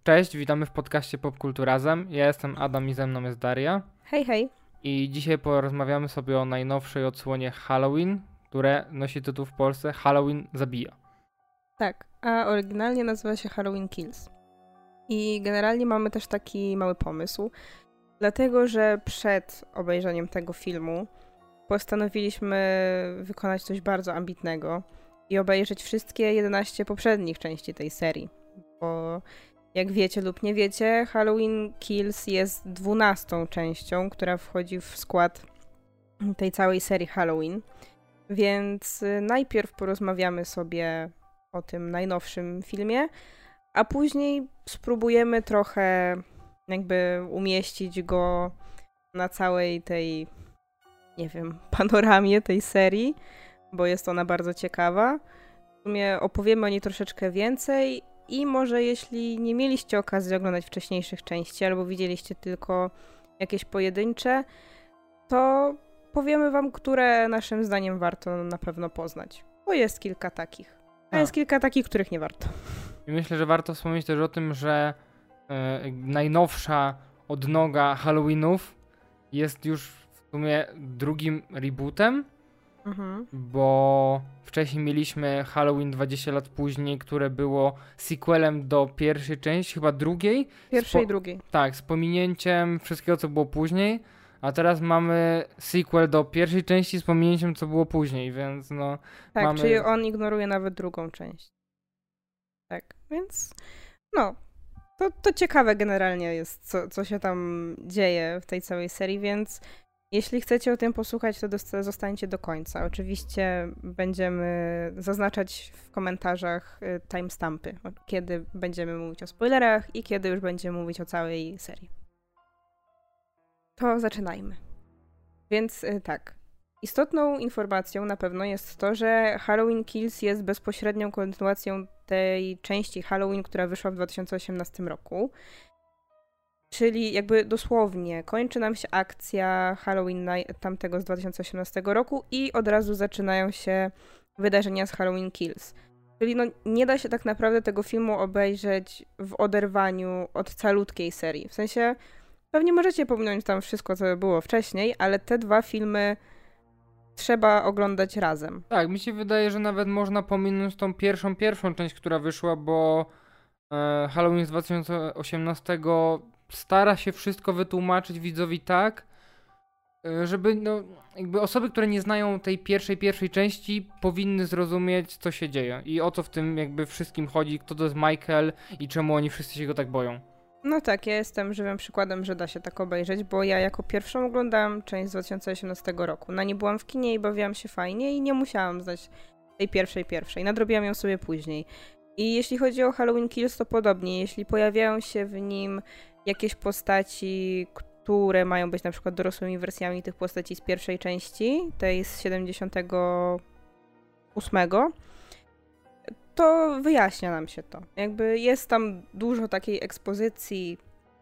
Cześć, witamy w podcaście Popkulturazem. Ja jestem Adam i ze mną jest Daria. Hej, hej. I dzisiaj porozmawiamy sobie o najnowszej odsłonie Halloween, które nosi tytuł w Polsce Halloween zabija. Tak, a oryginalnie nazywa się Halloween Kills. I generalnie mamy też taki mały pomysł, dlatego że przed obejrzeniem tego filmu postanowiliśmy wykonać coś bardzo ambitnego i obejrzeć wszystkie 11 poprzednich części tej serii. Bo jak wiecie lub nie wiecie, Halloween Kills jest 12. częścią, która wchodzi w skład tej całej serii Halloween. Więc najpierw porozmawiamy sobie o tym najnowszym filmie, a później spróbujemy trochę jakby umieścić go na całej tej, nie wiem, panoramie tej serii, bo jest ona bardzo ciekawa. W sumie opowiemy o niej troszeczkę więcej i może jeśli nie mieliście okazji oglądać wcześniejszych części albo widzieliście tylko jakieś pojedyncze, to powiemy wam, które naszym zdaniem warto na pewno poznać. Bo jest kilka takich. A jest kilka takich, których nie warto. I myślę, że warto wspomnieć też o tym, że najnowsza odnoga Halloweenów jest już w sumie drugim rebootem, bo wcześniej mieliśmy Halloween 20 lat później, które było sequelem do pierwszej części, chyba drugiej. Pierwszej i drugiej. Tak, z pominięciem wszystkiego, co było później. A teraz mamy sequel do pierwszej części z pominięciem, co było później, więc no... Tak, mamy... czyli on ignoruje nawet drugą część. Tak, więc no, to ciekawe generalnie jest, co się tam dzieje w tej całej serii, więc jeśli chcecie o tym posłuchać, to zostańcie do końca. Oczywiście będziemy zaznaczać w komentarzach timestampy, kiedy będziemy mówić o spoilerach i kiedy już będziemy mówić o całej serii. To zaczynajmy. Więc tak. Istotną informacją na pewno jest to, że Halloween Kills jest bezpośrednią kontynuacją tej części Halloween, która wyszła w 2018 roku. Czyli jakby dosłownie kończy nam się akcja Halloween tamtego z 2018 roku i od razu zaczynają się wydarzenia z Halloween Kills. Czyli no nie da się tak naprawdę tego filmu obejrzeć w oderwaniu od calutkiej serii. W sensie pewnie możecie pominąć tam wszystko, co było wcześniej, ale te dwa filmy trzeba oglądać razem. Tak, mi się wydaje, że nawet można pominąć tą pierwszą część, która wyszła, bo Halloween z 2018 stara się wszystko wytłumaczyć widzowi tak, żeby no, jakby osoby, które nie znają tej pierwszej części, powinny zrozumieć, co się dzieje i o co w tym jakby wszystkim chodzi, kto to jest Michael i czemu oni wszyscy się go tak boją. No tak, ja jestem żywym przykładem, że da się tak obejrzeć, bo ja jako pierwszą oglądałam część z 2018 roku. Na nie byłam w kinie i bawiłam się fajnie i nie musiałam znać tej pierwszej. Nadrobiłam ją sobie później. I jeśli chodzi o Halloween Kills, to podobnie. Jeśli pojawiają się w nim jakieś postaci, które mają być na przykład dorosłymi wersjami tych postaci z pierwszej części, tej z 78, to wyjaśnia nam się to. Jakby jest tam dużo takiej ekspozycji,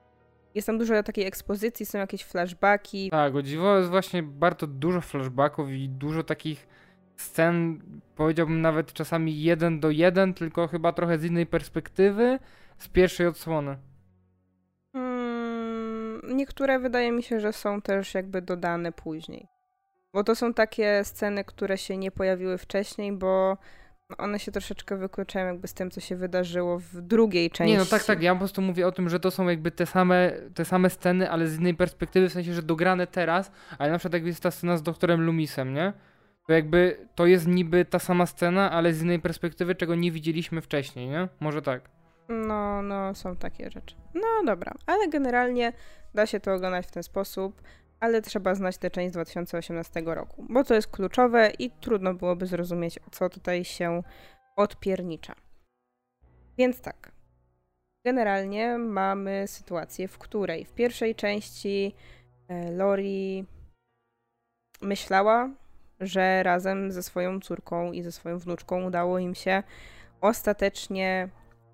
są jakieś flashbacki. Tak, o dziwo jest właśnie bardzo dużo flashbacków i dużo takich scen, powiedziałbym nawet czasami 1:1, tylko chyba trochę z innej perspektywy, z pierwszej odsłony. Niektóre wydaje mi się, że są też jakby dodane później. Bo to są takie sceny, które się nie pojawiły wcześniej, bo one się troszeczkę wykluczają jakby z tym, co się wydarzyło w drugiej części. Nie, no tak, ja po prostu mówię o tym, że to są jakby te same sceny, ale z innej perspektywy, w sensie, że dograne teraz, ale na przykład jak jest ta scena z doktorem Loomisem, nie? To jakby to jest niby ta sama scena, ale z innej perspektywy, czego nie widzieliśmy wcześniej, nie? Może tak. No, są takie rzeczy. No dobra, ale generalnie da się to oglądać w ten sposób, ale trzeba znać tę część z 2018 roku, bo to jest kluczowe i trudno byłoby zrozumieć, co tutaj się odpiernicza. Więc tak, generalnie mamy sytuację, w której w pierwszej części Laurie myślała, że razem ze swoją córką i ze swoją wnuczką udało im się ostatecznie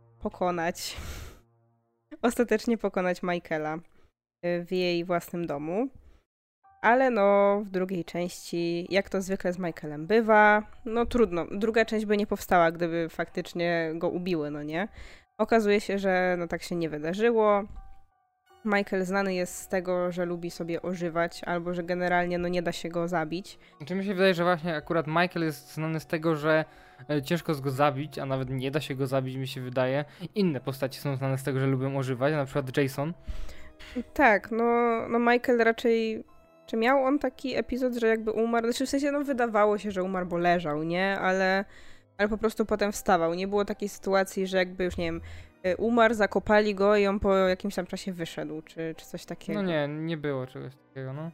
pokonać Michaela w jej własnym domu. Ale no, w drugiej części, jak to zwykle z Michaelem bywa, no trudno. Druga część by nie powstała, gdyby faktycznie go ubiły, no nie? Okazuje się, że no tak się nie wydarzyło. Michael znany jest z tego, że lubi sobie ożywać, albo że generalnie no nie da się go zabić. Znaczy mi się wydaje, że właśnie akurat Michael jest znany z tego, że ciężko jest go zabić, a nawet nie da się go zabić, mi się wydaje. Inne postaci są znane z tego, że lubią ożywać, na przykład Jason. Tak, no Michael raczej... Czy miał on taki epizod, że jakby umarł? Znaczy w sensie, no wydawało się, że umarł, bo leżał, nie? Ale po prostu potem wstawał. Nie było takiej sytuacji, że jakby już, nie wiem, umarł, zakopali go i on po jakimś tam czasie wyszedł, czy coś takiego. No nie było czegoś takiego, no.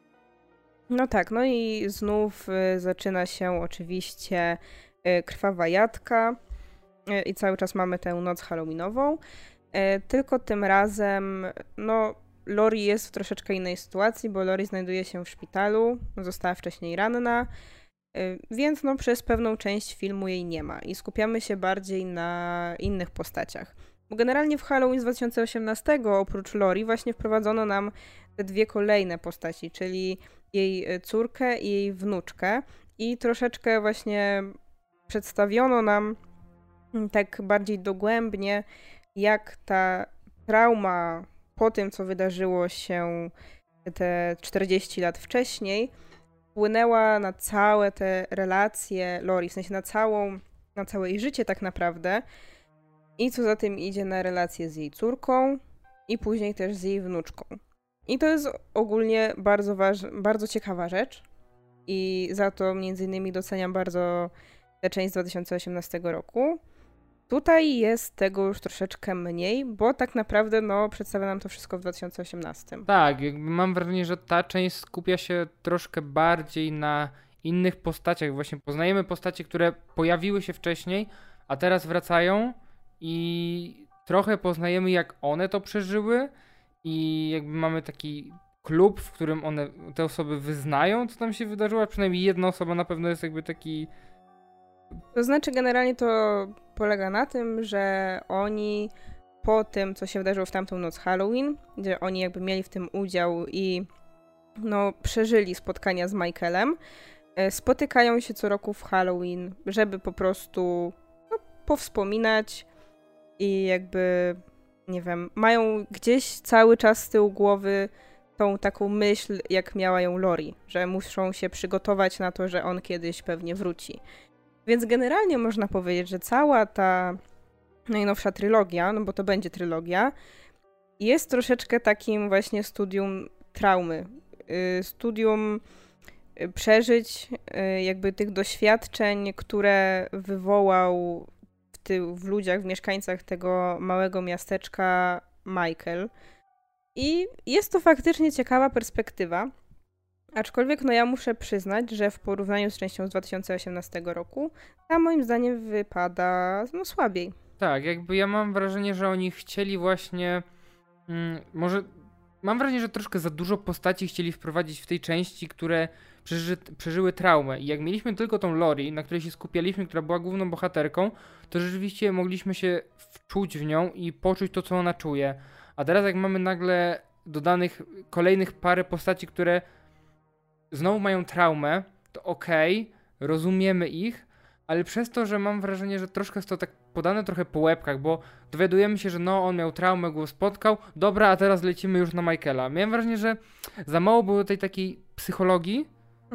No tak, no i znów zaczyna się oczywiście krwawa jadka i cały czas mamy tę noc halloweenową. Tylko tym razem, no Lori jest w troszeczkę innej sytuacji, bo Lori znajduje się w szpitalu, została wcześniej ranna, więc no przez pewną część filmu jej nie ma i skupiamy się bardziej na innych postaciach. Bo generalnie w Halloween z 2018 oprócz Lori właśnie wprowadzono nam te dwie kolejne postaci, czyli jej córkę i jej wnuczkę i troszeczkę właśnie przedstawiono nam tak bardziej dogłębnie, jak ta trauma po tym, co wydarzyło się te 40 lat wcześniej, wpłynęła na całe te relacje Lori, w sensie na całe jej życie tak naprawdę i co za tym idzie na relacje z jej córką i później też z jej wnuczką. I to jest ogólnie bardzo ciekawa rzecz i za to między innymi doceniam bardzo tę część z 2018 roku. Tutaj jest tego już troszeczkę mniej, bo tak naprawdę no, przedstawia nam to wszystko w 2018. Tak, jakby mam wrażenie, że ta część skupia się troszkę bardziej na innych postaciach. Właśnie poznajemy postacie, które pojawiły się wcześniej, a teraz wracają i trochę poznajemy, jak one to przeżyły i jakby mamy taki klub, w którym te osoby wyznają, co tam się wydarzyło, a przynajmniej jedna osoba na pewno jest jakby taki... To znaczy generalnie to polega na tym, że oni po tym, co się wydarzyło w tamtą noc Halloween, gdzie oni jakby mieli w tym udział i no, przeżyli spotkania z Michaelem, spotykają się co roku w Halloween, żeby po prostu no, powspominać i jakby, nie wiem, mają gdzieś cały czas z tyłu głowy tą taką myśl, jak miała ją Lori, że muszą się przygotować na to, że on kiedyś pewnie wróci. Więc generalnie można powiedzieć, że cała ta najnowsza trylogia, no bo to będzie trylogia, jest troszeczkę takim właśnie studium traumy. Studium przeżyć, jakby tych doświadczeń, które wywołał w ludziach, w mieszkańcach tego małego miasteczka Michael. I jest to faktycznie ciekawa perspektywa. Aczkolwiek no ja muszę przyznać, że w porównaniu z częścią z 2018 roku, ta moim zdaniem wypada no słabiej. Tak, jakby ja mam wrażenie, że oni chcieli właśnie... może... Mam wrażenie, że troszkę za dużo postaci chcieli wprowadzić w tej części, które przeżyły traumę. I jak mieliśmy tylko tą Lori, na której się skupialiśmy, która była główną bohaterką, to rzeczywiście mogliśmy się wczuć w nią i poczuć to, co ona czuje. A teraz jak mamy nagle dodanych kolejnych parę postaci, które znowu mają traumę, to okej, rozumiemy ich, ale przez to, że mam wrażenie, że troszkę jest to tak podane trochę po łebkach, bo dowiadujemy się, że no on miał traumę, go spotkał, dobra, a teraz lecimy już na Michaela. Miałem wrażenie, że za mało było tej takiej psychologii,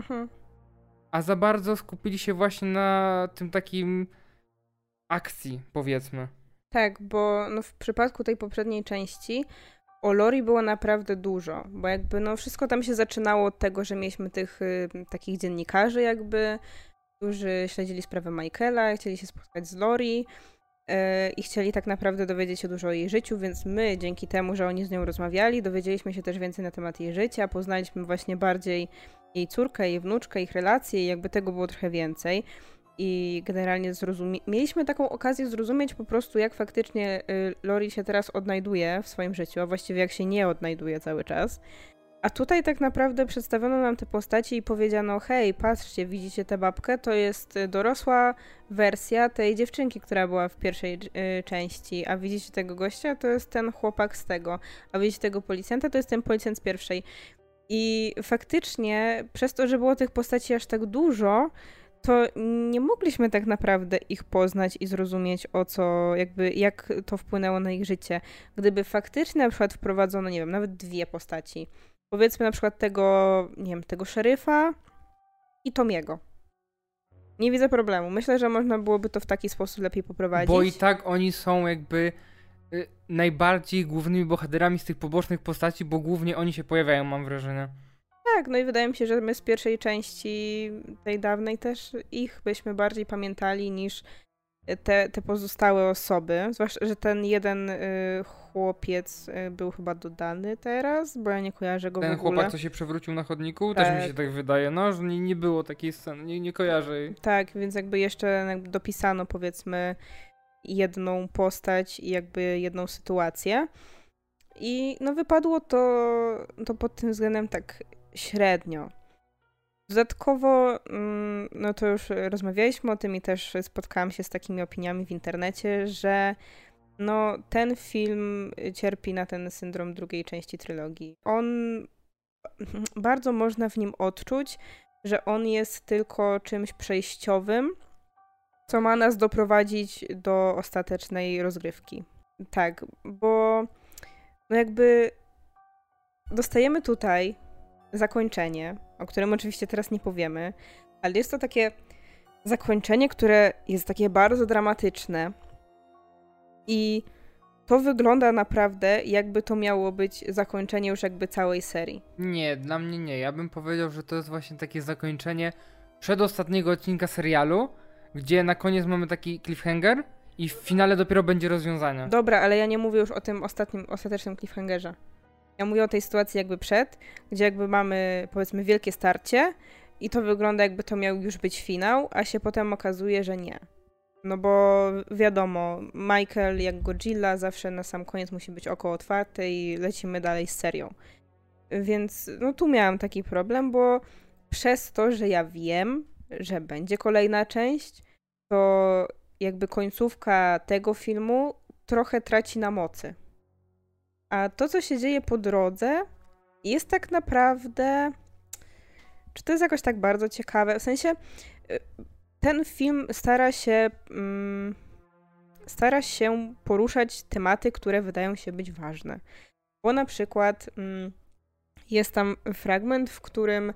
a za bardzo skupili się właśnie na tym takim akcji, powiedzmy. Tak, bo no w przypadku tej poprzedniej części o Lori było naprawdę dużo, bo jakby no wszystko tam się zaczynało od tego, że mieliśmy tych takich dziennikarzy jakby, którzy śledzili sprawę Michaela, chcieli się spotkać z Lori i chcieli tak naprawdę dowiedzieć się dużo o jej życiu, więc my dzięki temu, że oni z nią rozmawiali, dowiedzieliśmy się też więcej na temat jej życia, poznaliśmy właśnie bardziej jej córkę, jej wnuczkę, ich relacje i jakby tego było trochę więcej. I generalnie mieliśmy taką okazję zrozumieć po prostu, jak faktycznie Lori się teraz odnajduje w swoim życiu, a właściwie jak się nie odnajduje cały czas. A tutaj tak naprawdę przedstawiono nam te postaci i powiedziano, hej, patrzcie, widzicie tę babkę? To jest dorosła wersja tej dziewczynki, która była w pierwszej części, a widzicie tego gościa? To jest ten chłopak z tego, a widzicie tego policjanta? To jest ten policjant z pierwszej. I faktycznie przez to, że było tych postaci aż tak dużo, to nie mogliśmy tak naprawdę ich poznać i zrozumieć jak to wpłynęło na ich życie. Gdyby faktycznie na przykład wprowadzono, nie wiem, nawet 2 postaci. Powiedzmy na przykład tego szeryfa i Tomiego. Nie widzę problemu. Myślę, że można byłoby to w taki sposób lepiej poprowadzić. Bo i tak oni są jakby najbardziej głównymi bohaterami z tych pobocznych postaci, bo głównie oni się pojawiają, mam wrażenie. Tak, no i wydaje mi się, że my z pierwszej części tej dawnej też ich byśmy bardziej pamiętali niż te pozostałe osoby. Zwłaszcza, że ten jeden chłopiec był chyba dodany teraz, bo ja nie kojarzę go w ogóle. Ten chłopak, co się przewrócił na chodniku, Tak. też mi się tak wydaje, no, że nie było takiej sceny, nie kojarzę jej. Tak, więc jakby jeszcze dopisano powiedzmy jedną postać i jakby jedną sytuację. I no wypadło to pod tym względem tak średnio. Dodatkowo, no to już rozmawialiśmy o tym i też spotkałam się z takimi opiniami w internecie, że no ten film cierpi na ten syndrom drugiej części trylogii. Bardzo można w nim odczuć, że on jest tylko czymś przejściowym, co ma nas doprowadzić do ostatecznej rozgrywki. Tak, bo no jakby dostajemy tutaj zakończenie, o którym oczywiście teraz nie powiemy, ale jest to takie zakończenie, które jest takie bardzo dramatyczne i to wygląda naprawdę, jakby to miało być zakończenie już jakby całej serii. Nie, dla mnie nie. Ja bym powiedział, że to jest właśnie takie zakończenie przedostatniego odcinka serialu, gdzie na koniec mamy taki cliffhanger i w finale dopiero będzie rozwiązanie. Dobra, ale ja nie mówię już o tym ostatecznym cliffhangerze. Ja mówię o tej sytuacji jakby gdzie jakby mamy powiedzmy wielkie starcie i to wygląda jakby to miał już być finał, a się potem okazuje, że nie. No bo wiadomo, Michael jak Godzilla zawsze na sam koniec musi być oko otwarte i lecimy dalej z serią. Więc no tu miałam taki problem, bo przez to, że ja wiem, że będzie kolejna część, to jakby końcówka tego filmu trochę traci na mocy. A to, co się dzieje po drodze, jest tak naprawdę... Czy to jest jakoś tak bardzo ciekawe? W sensie, ten film stara się poruszać tematy, które wydają się być ważne. Bo na przykład jest tam fragment, w którym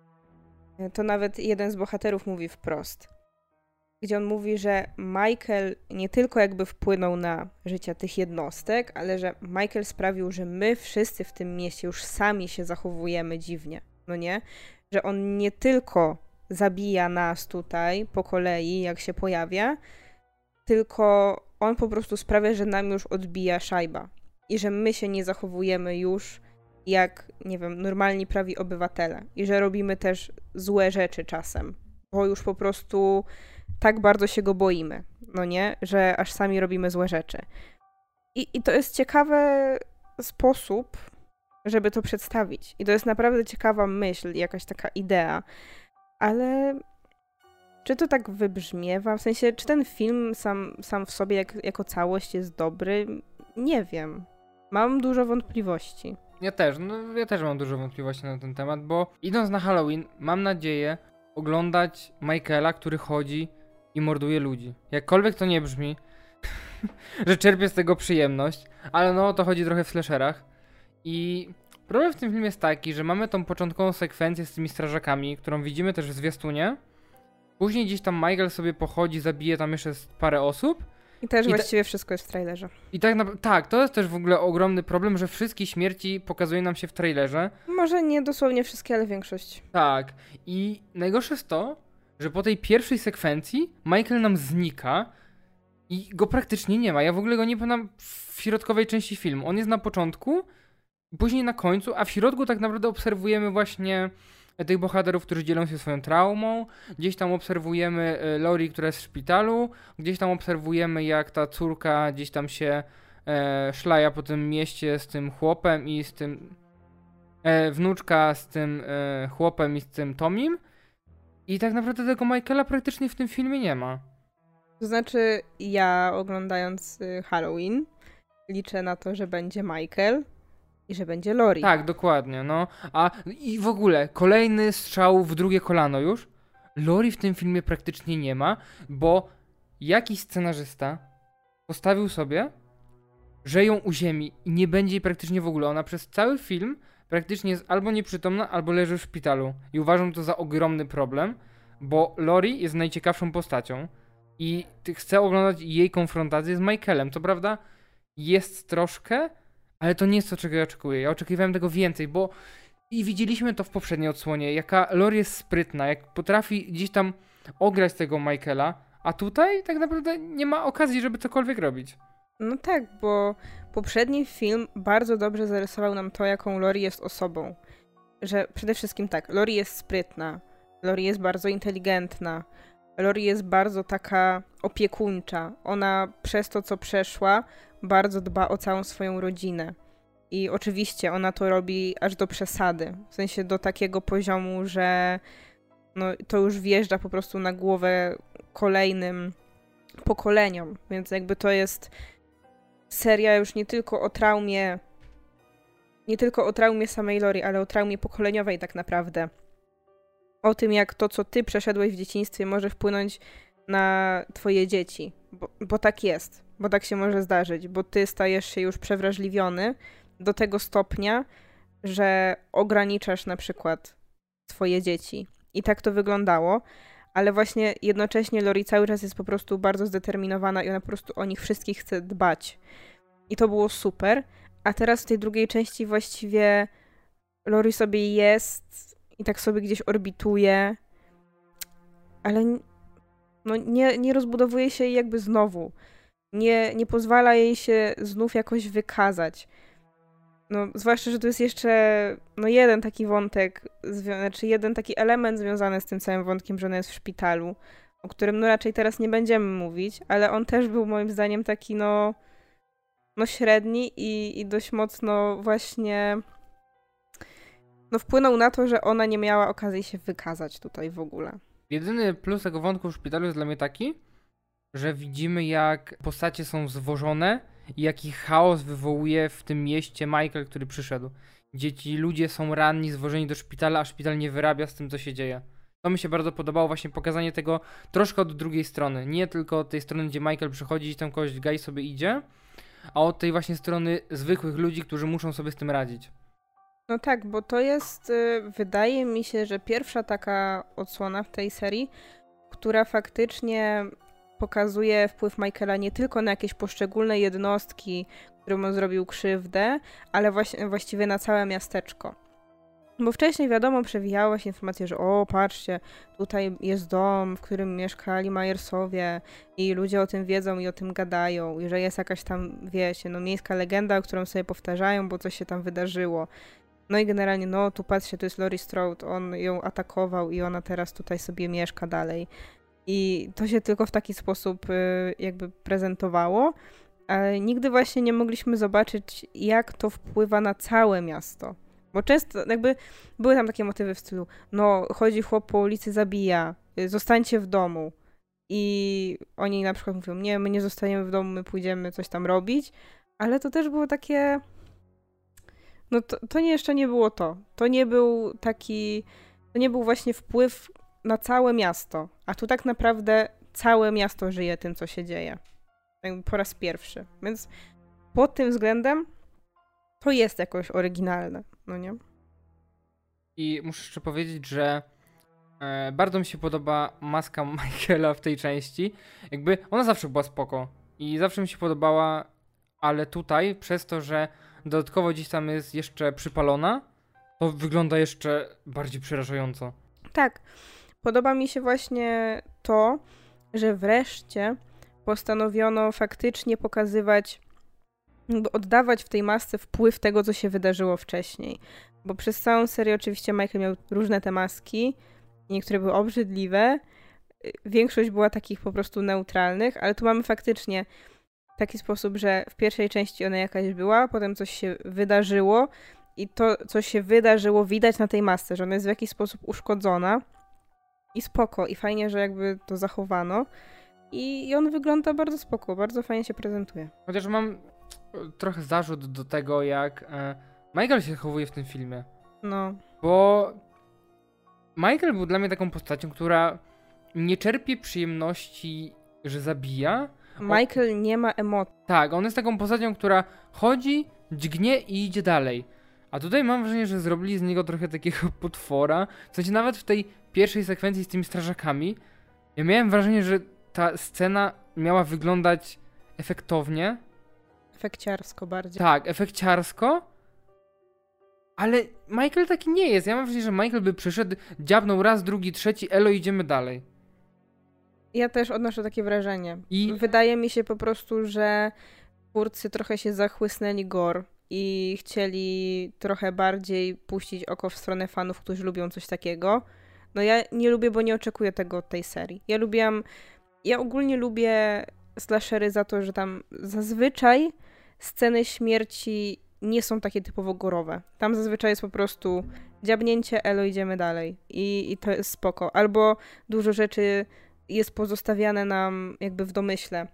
to nawet jeden z bohaterów mówi wprost, gdzie on mówi, że Michael nie tylko jakby wpłynął na życie tych jednostek, ale że Michael sprawił, że my wszyscy w tym mieście już sami się zachowujemy dziwnie, no nie? Że on nie tylko zabija nas tutaj po kolei, jak się pojawia, tylko on po prostu sprawia, że nam już odbija szajba i że my się nie zachowujemy już jak, nie wiem, normalni prawi obywatele i że robimy też złe rzeczy czasem, bo już po prostu tak bardzo się go boimy, no nie? Że aż sami robimy złe rzeczy. I to jest ciekawy sposób, żeby to przedstawić. I to jest naprawdę ciekawa myśl, jakaś taka idea. Ale czy to tak wybrzmiewa? W sensie, czy ten film sam w sobie jako całość jest dobry? Nie wiem. Mam dużo wątpliwości. Ja też mam dużo wątpliwości na ten temat, bo idąc na Halloween, mam nadzieję oglądać Michaela, który chodzi i morduje ludzi. Jakkolwiek to nie brzmi, że czerpię z tego przyjemność, ale no o to chodzi trochę w slasherach. I problem w tym filmie jest taki, że mamy tą początkową sekwencję z tymi strażakami, którą widzimy też w zwiastunie. Później gdzieś tam Michael sobie pochodzi, zabije tam jeszcze parę osób. I też właściwie wszystko jest w trailerze. I tak, to jest też w ogóle ogromny problem, że wszystkie śmierci pokazuje nam się w trailerze. Może nie dosłownie wszystkie, ale większość. Tak. I najgorsze jest to, że po tej pierwszej sekwencji Michael nam znika i go praktycznie nie ma. Ja w ogóle go nie pamiętam w środkowej części filmu. On jest na początku, później na końcu, a w środku tak naprawdę obserwujemy właśnie tych bohaterów, którzy dzielą się swoją traumą. Gdzieś tam obserwujemy Lori, która jest w szpitalu. Gdzieś tam obserwujemy, jak ta córka gdzieś tam się szlaja po tym mieście z tym chłopem i z tym... wnuczka z tym chłopem i z tym Tomim. I tak naprawdę tego Michaela praktycznie w tym filmie nie ma. To znaczy, ja oglądając Halloween liczę na to, że będzie Michael i że będzie Lori. Tak, dokładnie, no. I w ogóle kolejny strzał w drugie kolano już, Lori w tym filmie praktycznie nie ma, bo jakiś scenarzysta postawił sobie, że ją uziemi i nie będzie jej praktycznie w ogóle. Ona przez cały film praktycznie jest albo nieprzytomna, albo leży w szpitalu. I uważam to za ogromny problem, bo Lori jest najciekawszą postacią i chcę oglądać jej konfrontację z Michaelem. Co prawda jest troszkę, ale to nie jest to, czego ja oczekuję. Ja oczekiwałem tego więcej, bo i widzieliśmy to w poprzedniej odsłonie, jaka Lori jest sprytna, jak potrafi gdzieś tam ograć tego Michaela, a tutaj tak naprawdę nie ma okazji, żeby cokolwiek robić. No tak, bo poprzedni film bardzo dobrze zarysował nam to, jaką Lori jest osobą. Że przede wszystkim tak, Lori jest sprytna, Lori jest bardzo inteligentna, Lori jest bardzo taka opiekuńcza. Ona przez to, co przeszła, bardzo dba o całą swoją rodzinę. I oczywiście ona to robi aż do przesady. W sensie do takiego poziomu, że no, to już wjeżdża po prostu na głowę kolejnym pokoleniom. Więc jakby to jest seria już nie tylko o traumie samej Lori, ale o traumie pokoleniowej tak naprawdę. O tym, jak to, co ty przeszedłeś w dzieciństwie, może wpłynąć na twoje dzieci. Bo tak jest. Bo tak się może zdarzyć. Bo ty stajesz się już przewrażliwiony do tego stopnia, że ograniczasz na przykład swoje dzieci. I tak to wyglądało. Ale właśnie jednocześnie Lori cały czas jest po prostu bardzo zdeterminowana i ona po prostu o nich wszystkich chce dbać. I to było super. A teraz w tej drugiej części właściwie Lori sobie jest i tak sobie gdzieś orbituje, ale no nie rozbudowuje się jej jakby znowu. Nie pozwala jej się znów jakoś wykazać. No, zwłaszcza, że tu jest jeszcze jeden taki wątek, znaczy jeden taki element związany z tym całym wątkiem, że ona jest w szpitalu, o którym raczej teraz nie będziemy mówić, ale on też był moim zdaniem taki średni i dość mocno właśnie wpłynął na to, że ona nie miała okazji się wykazać tutaj w ogóle. Jedyny plus tego wątku w szpitalu jest dla mnie taki, że widzimy, jak postacie są zwożone i jaki chaos wywołuje w tym mieście Michael, który przyszedł. Gdzie ci ludzie są ranni, zwożeni do szpitala, a szpital nie wyrabia z tym, co się dzieje. To mi się bardzo podobało, właśnie pokazanie tego troszkę od drugiej strony. Nie tylko od tej strony, gdzie Michael przychodzi i tam kogoś dźga i sobie idzie, a od tej właśnie strony zwykłych ludzi, którzy muszą sobie z tym radzić. No tak, bo to jest, wydaje mi się, że pierwsza taka odsłona w tej serii, która faktycznie pokazuje wpływ Michaela nie tylko na jakieś poszczególne jednostki, którym on zrobił krzywdę, ale właściwie na całe miasteczko. Bo wcześniej wiadomo, przewijały się informacje, że patrzcie, tutaj jest dom, w którym mieszkali Myersowie i ludzie o tym wiedzą i o tym gadają i że jest jakaś tam, wiecie, miejska legenda, którą sobie powtarzają, bo coś się tam wydarzyło. No i generalnie, tu patrzcie, to jest Laurie Strode, on ją atakował i ona teraz tutaj sobie mieszka dalej. I to się tylko w taki sposób jakby prezentowało, ale nigdy właśnie nie mogliśmy zobaczyć, jak to wpływa na całe miasto. Bo często jakby były tam takie motywy w stylu, chodzi chłop po ulicy, zabija, zostańcie w domu. I oni na przykład mówią, nie, my nie zostaniemy w domu, my pójdziemy coś tam robić, ale to też było takie... to jeszcze nie było to. To nie był właśnie wpływ na całe miasto. A tu tak naprawdę całe miasto żyje tym, co się dzieje. Jakby po raz pierwszy. Więc pod tym względem to jest jakoś oryginalne, nie? I muszę jeszcze powiedzieć, że bardzo mi się podoba maska Michaela w tej części. Jakby ona zawsze była spoko i zawsze mi się podobała, ale tutaj przez to, że dodatkowo gdzieś tam jest jeszcze przypalona, to wygląda jeszcze bardziej przerażająco. Tak. Podoba mi się właśnie to, że wreszcie postanowiono faktycznie pokazywać, jakby oddawać w tej masce wpływ tego, co się wydarzyło wcześniej. Bo przez całą serię oczywiście Michael miał różne te maski, niektóre były obrzydliwe, większość była takich po prostu neutralnych, ale tu mamy faktycznie taki sposób, że w pierwszej części ona jakaś była, potem coś się wydarzyło i to, co się wydarzyło, widać na tej masce, że ona jest w jakiś sposób uszkodzona i spoko, i fajnie, że jakby to zachowano i on wygląda bardzo spoko, bardzo fajnie się prezentuje. Chociaż mam trochę zarzut do tego, jak Michael się zachowuje w tym filmie. No. Bo Michael był dla mnie taką postacią, która nie czerpie przyjemności, że zabija. Michael nie ma emocji. Tak, on jest taką postacią, która chodzi, dźgnie i idzie dalej. A tutaj mam wrażenie, że zrobili z niego trochę takiego potwora. W sensie nawet w tej pierwszej sekwencji z tymi strażakami, ja miałem wrażenie, że ta scena miała wyglądać efektownie. Efekciarsko bardziej. Tak, efekciarsko. Ale Michael taki nie jest. Ja mam wrażenie, że Michael by przyszedł, dziabnął raz, drugi, trzeci, elo, idziemy dalej. Ja też odnoszę takie wrażenie. I Wydaje mi się po prostu, że twórcy trochę się zachłysnęli gore i chcieli trochę bardziej puścić oko w stronę fanów, którzy lubią coś takiego. No ja nie lubię, bo nie oczekuję tego od tej serii. Ja ogólnie lubię slashery za to, że tam zazwyczaj sceny śmierci nie są takie typowo gorowe. Tam zazwyczaj jest po prostu dziabnięcie, elo, idziemy dalej. I to jest spoko. Albo dużo rzeczy jest pozostawiane nam jakby w domyśle.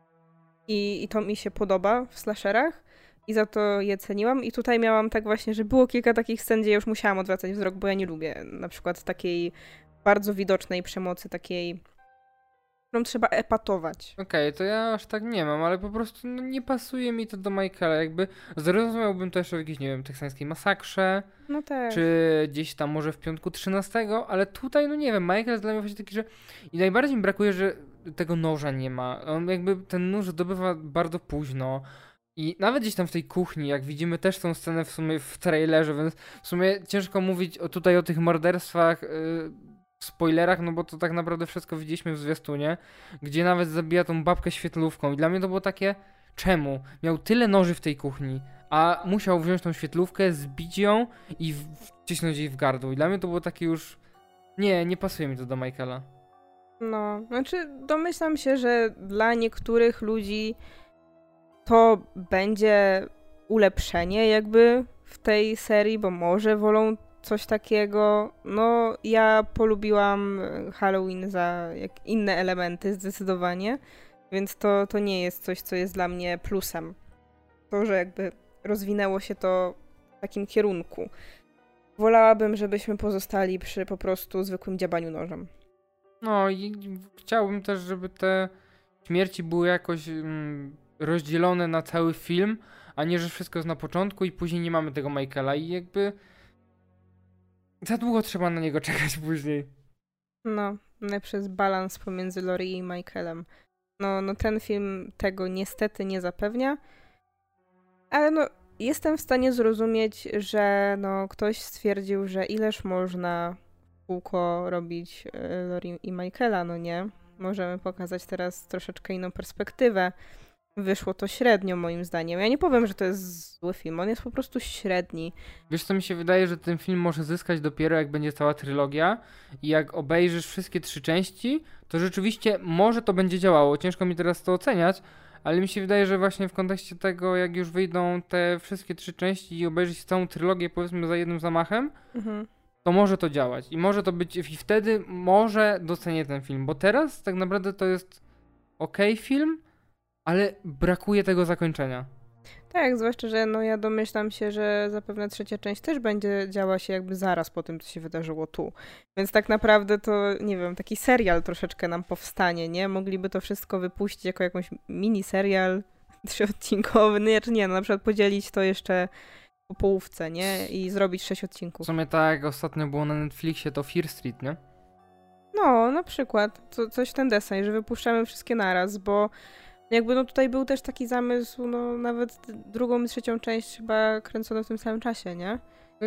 I to mi się podoba w slasherach i za to je ceniłam. I tutaj miałam tak właśnie, że było kilka takich scen, gdzie już musiałam odwracać wzrok, bo ja nie lubię na przykład takiej bardzo widocznej przemocy, takiej, którą trzeba epatować. okej, to ja aż tak nie mam, ale po prostu no, nie pasuje mi to do Michaela. Jakby zrozumiałbym to jeszcze w jakiejś, nie wiem, teksańskiej masakrze, No tak. czy gdzieś tam może w piątku 13, ale tutaj, no nie wiem, Michael jest dla mnie właśnie taki, że i najbardziej mi brakuje, że tego noża nie ma. On jakby ten nóż zdobywa bardzo późno. I nawet gdzieś tam w tej kuchni, jak widzimy też tą scenę w sumie w trailerze, więc w sumie ciężko mówić tutaj o tych morderstwach, spoilerach, no bo to tak naprawdę wszystko widzieliśmy w zwiastunie, gdzie nawet zabija tą babkę świetlówką i dla mnie to było takie, czemu? Miał tyle noży w tej kuchni, a musiał wziąć tą świetlówkę, zbić ją i wcisnąć jej w gardło i dla mnie to było takie już, nie pasuje mi to do Michaela. No, znaczy domyślam się, że dla niektórych ludzi to będzie ulepszenie jakby w tej serii, bo może wolą coś takiego. No, ja polubiłam Halloween za inne elementy zdecydowanie, więc to nie jest coś, co jest dla mnie plusem. To, że jakby rozwinęło się to w takim kierunku. Wolałabym, żebyśmy pozostali przy po prostu zwykłym dziabaniu nożem. No i chciałbym też, żeby te śmierci były jakoś rozdzielone na cały film, a nie, że wszystko jest na początku i później nie mamy tego Michaela i jakby za długo trzeba na niego czekać później. No, lepszy jest balans pomiędzy Laurie i Michaelem. No ten film tego niestety nie zapewnia, ale no jestem w stanie zrozumieć, że no ktoś stwierdził, że ileż można w kółko robić Laurie i Michaela, no nie? Możemy pokazać teraz troszeczkę inną perspektywę. Wyszło to średnio moim zdaniem. Ja nie powiem, że to jest zły film, on jest po prostu średni. Wiesz co mi się wydaje, że ten film może zyskać dopiero jak będzie cała trylogia i jak obejrzysz wszystkie 3 części, to rzeczywiście może to będzie działało. Ciężko mi teraz to oceniać, ale mi się wydaje, że właśnie w kontekście tego, jak już wyjdą te wszystkie 3 części i obejrzysz całą trylogię powiedzmy za jednym zamachem, to może to działać i może to być, i wtedy może docenię ten film, bo teraz tak naprawdę to jest okej film, ale brakuje tego zakończenia. Tak, zwłaszcza, że no ja domyślam się, że zapewne trzecia część też będzie działa się jakby zaraz po tym, co się wydarzyło tu. Więc tak naprawdę to, nie wiem, taki serial troszeczkę nam powstanie, nie? Mogliby to wszystko wypuścić jako jakąś miniserial 3-odcinkowy, no na przykład podzielić to jeszcze po połówce, nie? I zrobić 6 W odcinków. sumie tak jak ostatnio było na Netflixie, to Fear Street, nie? No, na przykład. Coś w ten deseń, że wypuszczamy wszystkie naraz, bo jakby no tutaj był też taki zamysł, no nawet drugą i trzecią część chyba kręcono w tym samym czasie, nie?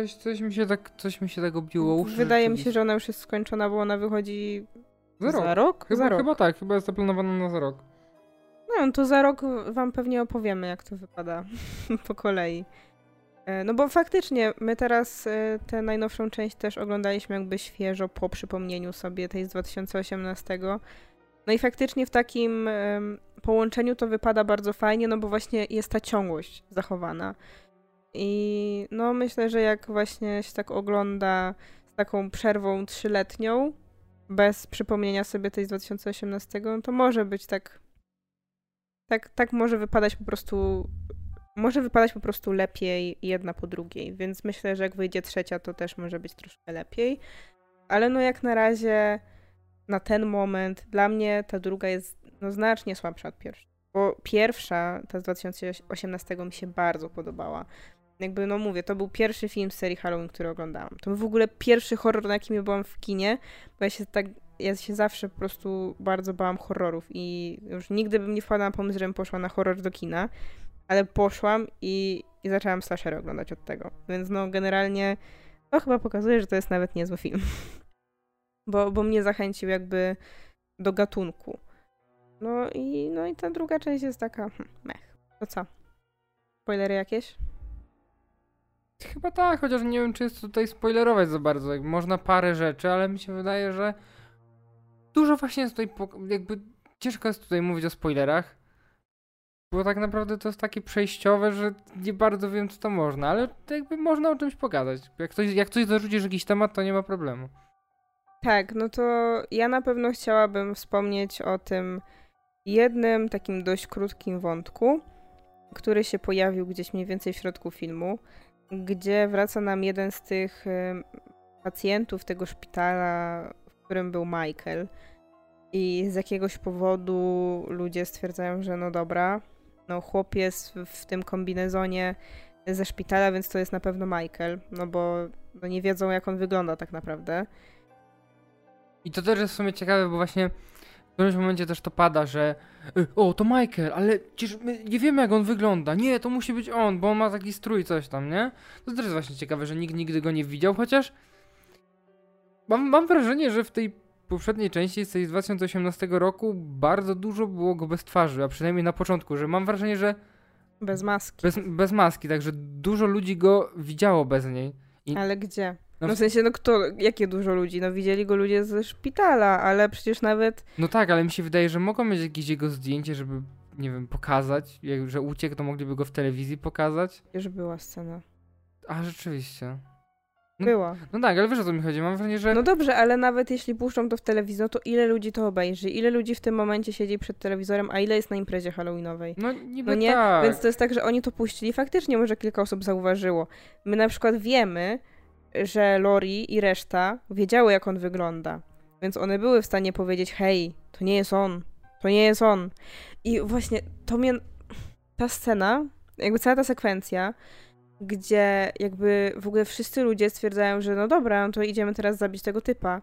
Coś mi się tak obiło uszy. Wydaje mi się, że ona już jest skończona, bo ona wychodzi Za rok. za rok? Za rok. Chyba tak, chyba jest zaplanowana na za rok. No to za rok wam pewnie opowiemy, jak to wypada po kolei. No bo faktycznie my teraz tę najnowszą część też oglądaliśmy jakby świeżo po przypomnieniu sobie tej z 2018. No i faktycznie w takim połączeniu to wypada bardzo fajnie, no bo właśnie jest ta ciągłość zachowana. I no myślę, że jak właśnie się tak ogląda z taką przerwą 3-letnią, bez przypomnienia sobie tej z 2018, no to może być tak może wypadać po prostu lepiej jedna po drugiej, więc myślę, że jak wyjdzie trzecia, to też może być troszkę lepiej. Ale no jak na razie, na ten moment, dla mnie ta druga jest no, znacznie słabsza od pierwszej. Bo pierwsza, ta z 2018 mi się bardzo podobała. Jakby, no mówię, to był pierwszy film z serii Halloween, który oglądałam. To był w ogóle pierwszy horror, na jakim ja byłam w kinie, bo ja się zawsze po prostu bardzo bałam horrorów i już nigdy bym nie wpadła na pomysł, żebym poszła na horror do kina, ale poszłam i zaczęłam slashery oglądać od tego. Więc no generalnie to chyba pokazuje, że to jest nawet niezły film. Bo mnie zachęcił jakby do gatunku. No i ta druga część jest taka, mech. To co? Spoilery jakieś? Chyba tak, chociaż nie wiem, czy jest tutaj spoilerować za bardzo. Jakby można parę rzeczy, ale mi się wydaje, że dużo właśnie jest tutaj, jakby ciężko jest tutaj mówić o spoilerach, bo tak naprawdę to jest takie przejściowe, że nie bardzo wiem, co to można, ale to jakby można o czymś pogadać. Jak ktoś zarzucisz jakiś temat, to nie ma problemu. Tak, no to ja na pewno chciałabym wspomnieć o tym jednym takim dość krótkim wątku, który się pojawił gdzieś mniej więcej w środku filmu, gdzie wraca nam jeden z tych pacjentów tego szpitala, w którym był Michael. I z jakiegoś powodu ludzie stwierdzają, że no dobra, no chłop jest w tym kombinezonie ze szpitala, więc to jest na pewno Michael, no bo no nie wiedzą, jak on wygląda tak naprawdę. I to też jest w sumie ciekawe, bo właśnie w którymś momencie też to pada, że o, to Michael, ale przecież my nie wiemy, jak on wygląda. Nie, to musi być on, bo on ma taki strój, coś tam, nie? To też jest właśnie ciekawe, że nikt nigdy go nie widział, chociaż mam wrażenie, że w tej poprzedniej części z tej 2018 roku bardzo dużo było go bez twarzy, a przynajmniej na początku, że mam wrażenie, że Bez maski. bez maski, także dużo ludzi go widziało bez niej. Ale gdzie? No No w sensie, no kto, jakie dużo ludzi? No widzieli go ludzie ze szpitala, ale przecież nawet... No tak, ale mi się wydaje, że mogą mieć jakieś jego zdjęcie, żeby, nie wiem, pokazać. Że uciekł, to mogliby go w telewizji pokazać. Już była scena. A, rzeczywiście. No, Była. No tak, ale wiesz, o co mi chodzi. Mam wrażenie, że... No dobrze, ale nawet jeśli puszczą to w telewizji, no to ile ludzi to obejrzy? Ile ludzi w tym momencie siedzi przed telewizorem, a ile jest na imprezie halloweenowej? No niby No nie? tak. Więc to jest tak, że oni to puścili. Faktycznie może kilka osób zauważyło. My na przykład wiemy, że Lori i reszta wiedziały, jak on wygląda. Więc one były w stanie powiedzieć, hej, to nie jest on. To nie jest on. I właśnie to mnie... Ta scena, jakby cała ta sekwencja, gdzie jakby w ogóle wszyscy ludzie stwierdzają, że no dobra, no to idziemy teraz zabić tego typa.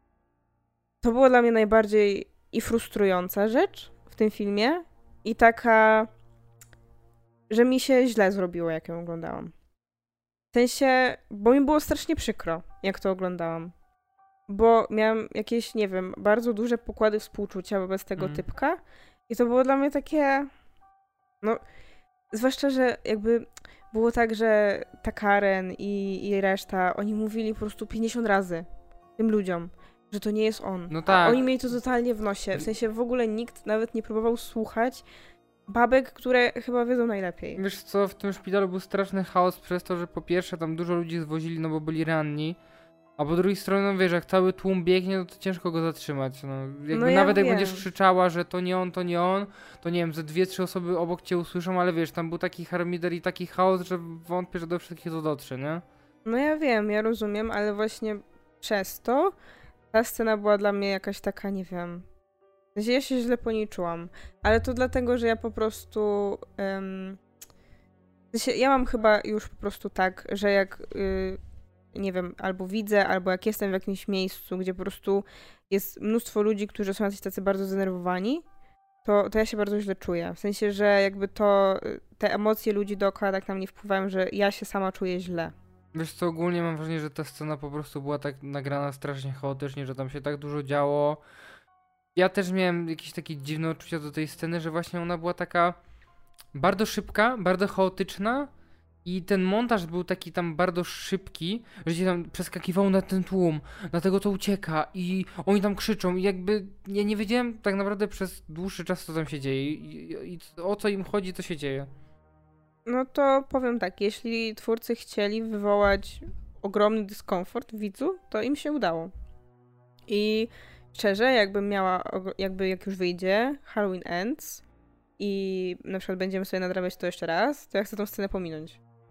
To było dla mnie najbardziej i frustrująca rzecz w tym filmie i taka, że mi się źle zrobiło, jak ją oglądałam. W sensie, bo mi było strasznie przykro, jak to oglądałam. Bo miałam jakieś, nie wiem, bardzo duże pokłady współczucia wobec tego typka i to było dla mnie takie, no, zwłaszcza, że jakby było tak, że ta Karen i reszta, oni mówili po prostu 50 razy tym ludziom, że to nie jest on. No tak. A oni mieli to totalnie w nosie. W sensie w ogóle nikt nawet nie próbował słuchać babek, które chyba wiedzą najlepiej. Wiesz co, w tym szpitalu był straszny chaos przez to, że po pierwsze tam dużo ludzi zwozili, no bo byli ranni, a po drugiej stronie, no wiesz, jak cały tłum biegnie, no to ciężko go zatrzymać. No, jakby No ja nawet jak wiem. będziesz krzyczała, że to nie on, to nie wiem, ze 2-3 osoby obok cię usłyszą, ale wiesz, tam był taki harmider i taki chaos, że wątpię, że do wszystkich to dotrze, nie? No ja wiem, ja rozumiem, ale właśnie przez to ta scena była dla mnie jakaś taka, nie wiem... W sensie ja się źle po niej czułam. Ale to dlatego, że ja po prostu... W sensie ja mam chyba już po prostu tak, że jak... nie wiem, albo widzę, albo jak jestem w jakimś miejscu, gdzie po prostu jest mnóstwo ludzi, którzy są jacyś tacy bardzo zdenerwowani, to ja się bardzo źle czuję. W sensie, że jakby te emocje ludzi dookoła tak na mnie wpływają, że ja się sama czuję źle. Wiesz co, ogólnie mam wrażenie, że ta scena po prostu była tak nagrana strasznie chaotycznie, że tam się tak dużo działo. Ja też miałem jakieś takie dziwne uczucia do tej sceny, że właśnie ona była taka bardzo szybka, bardzo chaotyczna i ten montaż był taki tam bardzo szybki, że się tam przeskakiwał na ten tłum, dlatego to ucieka i oni tam krzyczą i jakby ja nie wiedziałem tak naprawdę przez dłuższy czas, co tam się dzieje i o co im chodzi, to się dzieje. No to powiem tak, jeśli twórcy chcieli wywołać ogromny dyskomfort widzu, to im się udało. I szczerze, jak już wyjdzie Halloween Ends i na przykład będziemy sobie nadrabiać to jeszcze raz, to ja chcę tą scenę pominąć.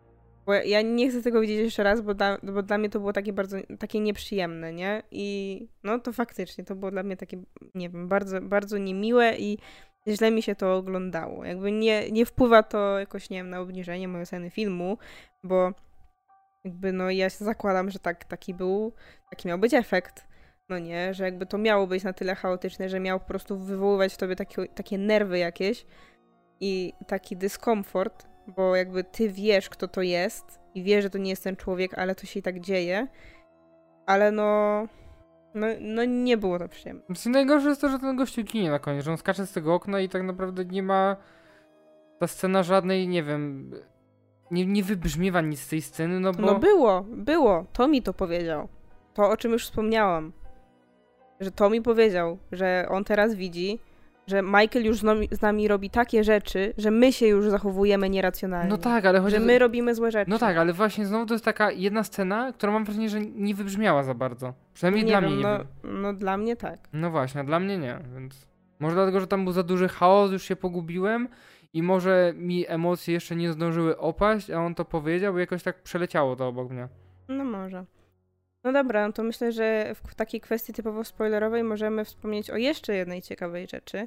Bo ja nie chcę tego widzieć jeszcze raz, bo dla mnie to było takie nieprzyjemne, nie? I no to faktycznie to było dla mnie takie, nie wiem, bardzo, bardzo niemiłe i źle mi się to oglądało. Jakby nie wpływa to jakoś, nie wiem, na obniżenie mojej oceny filmu, bo jakby no ja się zakładam, że taki miał być efekt. No nie, że jakby to miało być na tyle chaotyczne, że miało po prostu wywoływać w tobie takie nerwy jakieś i taki dyskomfort, bo jakby ty wiesz, kto to jest i wiesz, że to nie jest ten człowiek, ale to się i tak dzieje, ale no nie było to przyjemne. Najgorsze jest to, że ten gościu ginie na koniec, że on skacze z tego okna i tak naprawdę nie ma ta scena żadnej, nie wiem, nie wybrzmiewa nic z tej sceny, no bo... No było, to mi to powiedział. To, o czym już wspomniałam. Że to mi powiedział, że on teraz widzi, że Michael już z nami robi takie rzeczy, że my się już zachowujemy nieracjonalnie. No tak, ale chodzi... Że my robimy złe rzeczy. No tak, ale właśnie znowu to jest taka jedna scena, która mam wrażenie, że nie wybrzmiała za bardzo. Przynajmniej nie dla wiem, mnie nie. No dla mnie tak. No właśnie, a dla mnie nie, więc... Może dlatego, że tam był za duży chaos, już się pogubiłem i może mi emocje jeszcze nie zdążyły opaść, a on to powiedział i jakoś tak przeleciało to obok mnie. No może. No dobra, no to myślę, że w takiej kwestii typowo spoilerowej możemy wspomnieć o jeszcze jednej ciekawej rzeczy,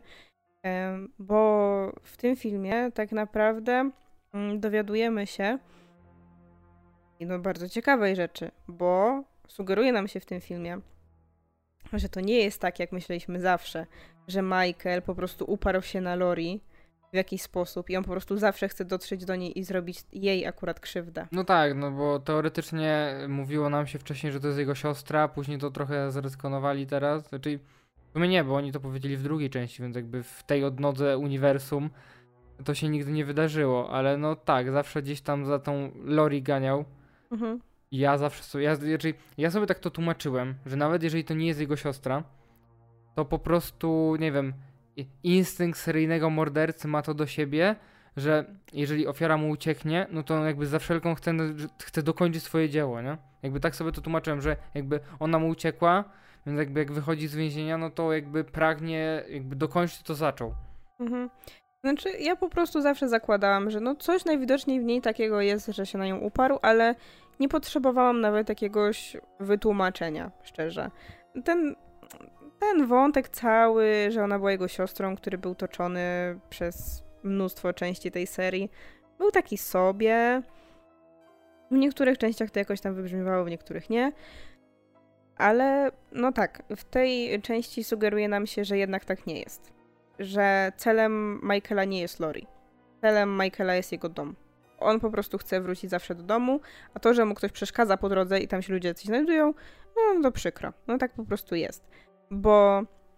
bo w tym filmie tak naprawdę dowiadujemy się bardzo ciekawej rzeczy, bo sugeruje nam się w tym filmie, że to nie jest tak, jak myśleliśmy zawsze, że Michael po prostu uparł się na Lori w jakiś sposób i on po prostu zawsze chce dotrzeć do niej i zrobić jej akurat krzywdę. No tak, no bo teoretycznie mówiło nam się wcześniej, że to jest jego siostra, później to trochę zreskonowali teraz, znaczy w sumie nie, bo oni to powiedzieli w drugiej części, więc jakby w tej odnodze uniwersum to się nigdy nie wydarzyło, ale no tak, zawsze gdzieś tam za tą Lori ganiał. Mhm. I ja zawsze sobie, ja sobie tak to tłumaczyłem, że nawet jeżeli to nie jest jego siostra, to po prostu, nie wiem, instynkt seryjnego mordercy ma to do siebie, że jeżeli ofiara mu ucieknie, no to on jakby za wszelką chce dokończyć swoje dzieło, nie? Jakby tak sobie to tłumaczyłem, że jakby ona mu uciekła, więc jakby jak wychodzi z więzienia, no to jakby pragnie jakby dokończyć to, co zaczął. Mhm. Znaczy, ja po prostu zawsze zakładałam, że no coś najwidoczniej w niej takiego jest, że się na nią uparł, ale nie potrzebowałam nawet jakiegoś wytłumaczenia, szczerze. Ten wątek cały, że ona była jego siostrą, który był toczony przez mnóstwo części tej serii, był taki sobie. W niektórych częściach to jakoś tam wybrzmiewało, w niektórych nie. Ale no tak, w tej części sugeruje nam się, że jednak tak nie jest. Że celem Michaela nie jest Lori. Celem Michaela jest jego dom. On po prostu chce wrócić zawsze do domu, a to, że mu ktoś przeszkadza po drodze i tam się ludzie coś znajdują, no to przykro. No tak po prostu jest. Bo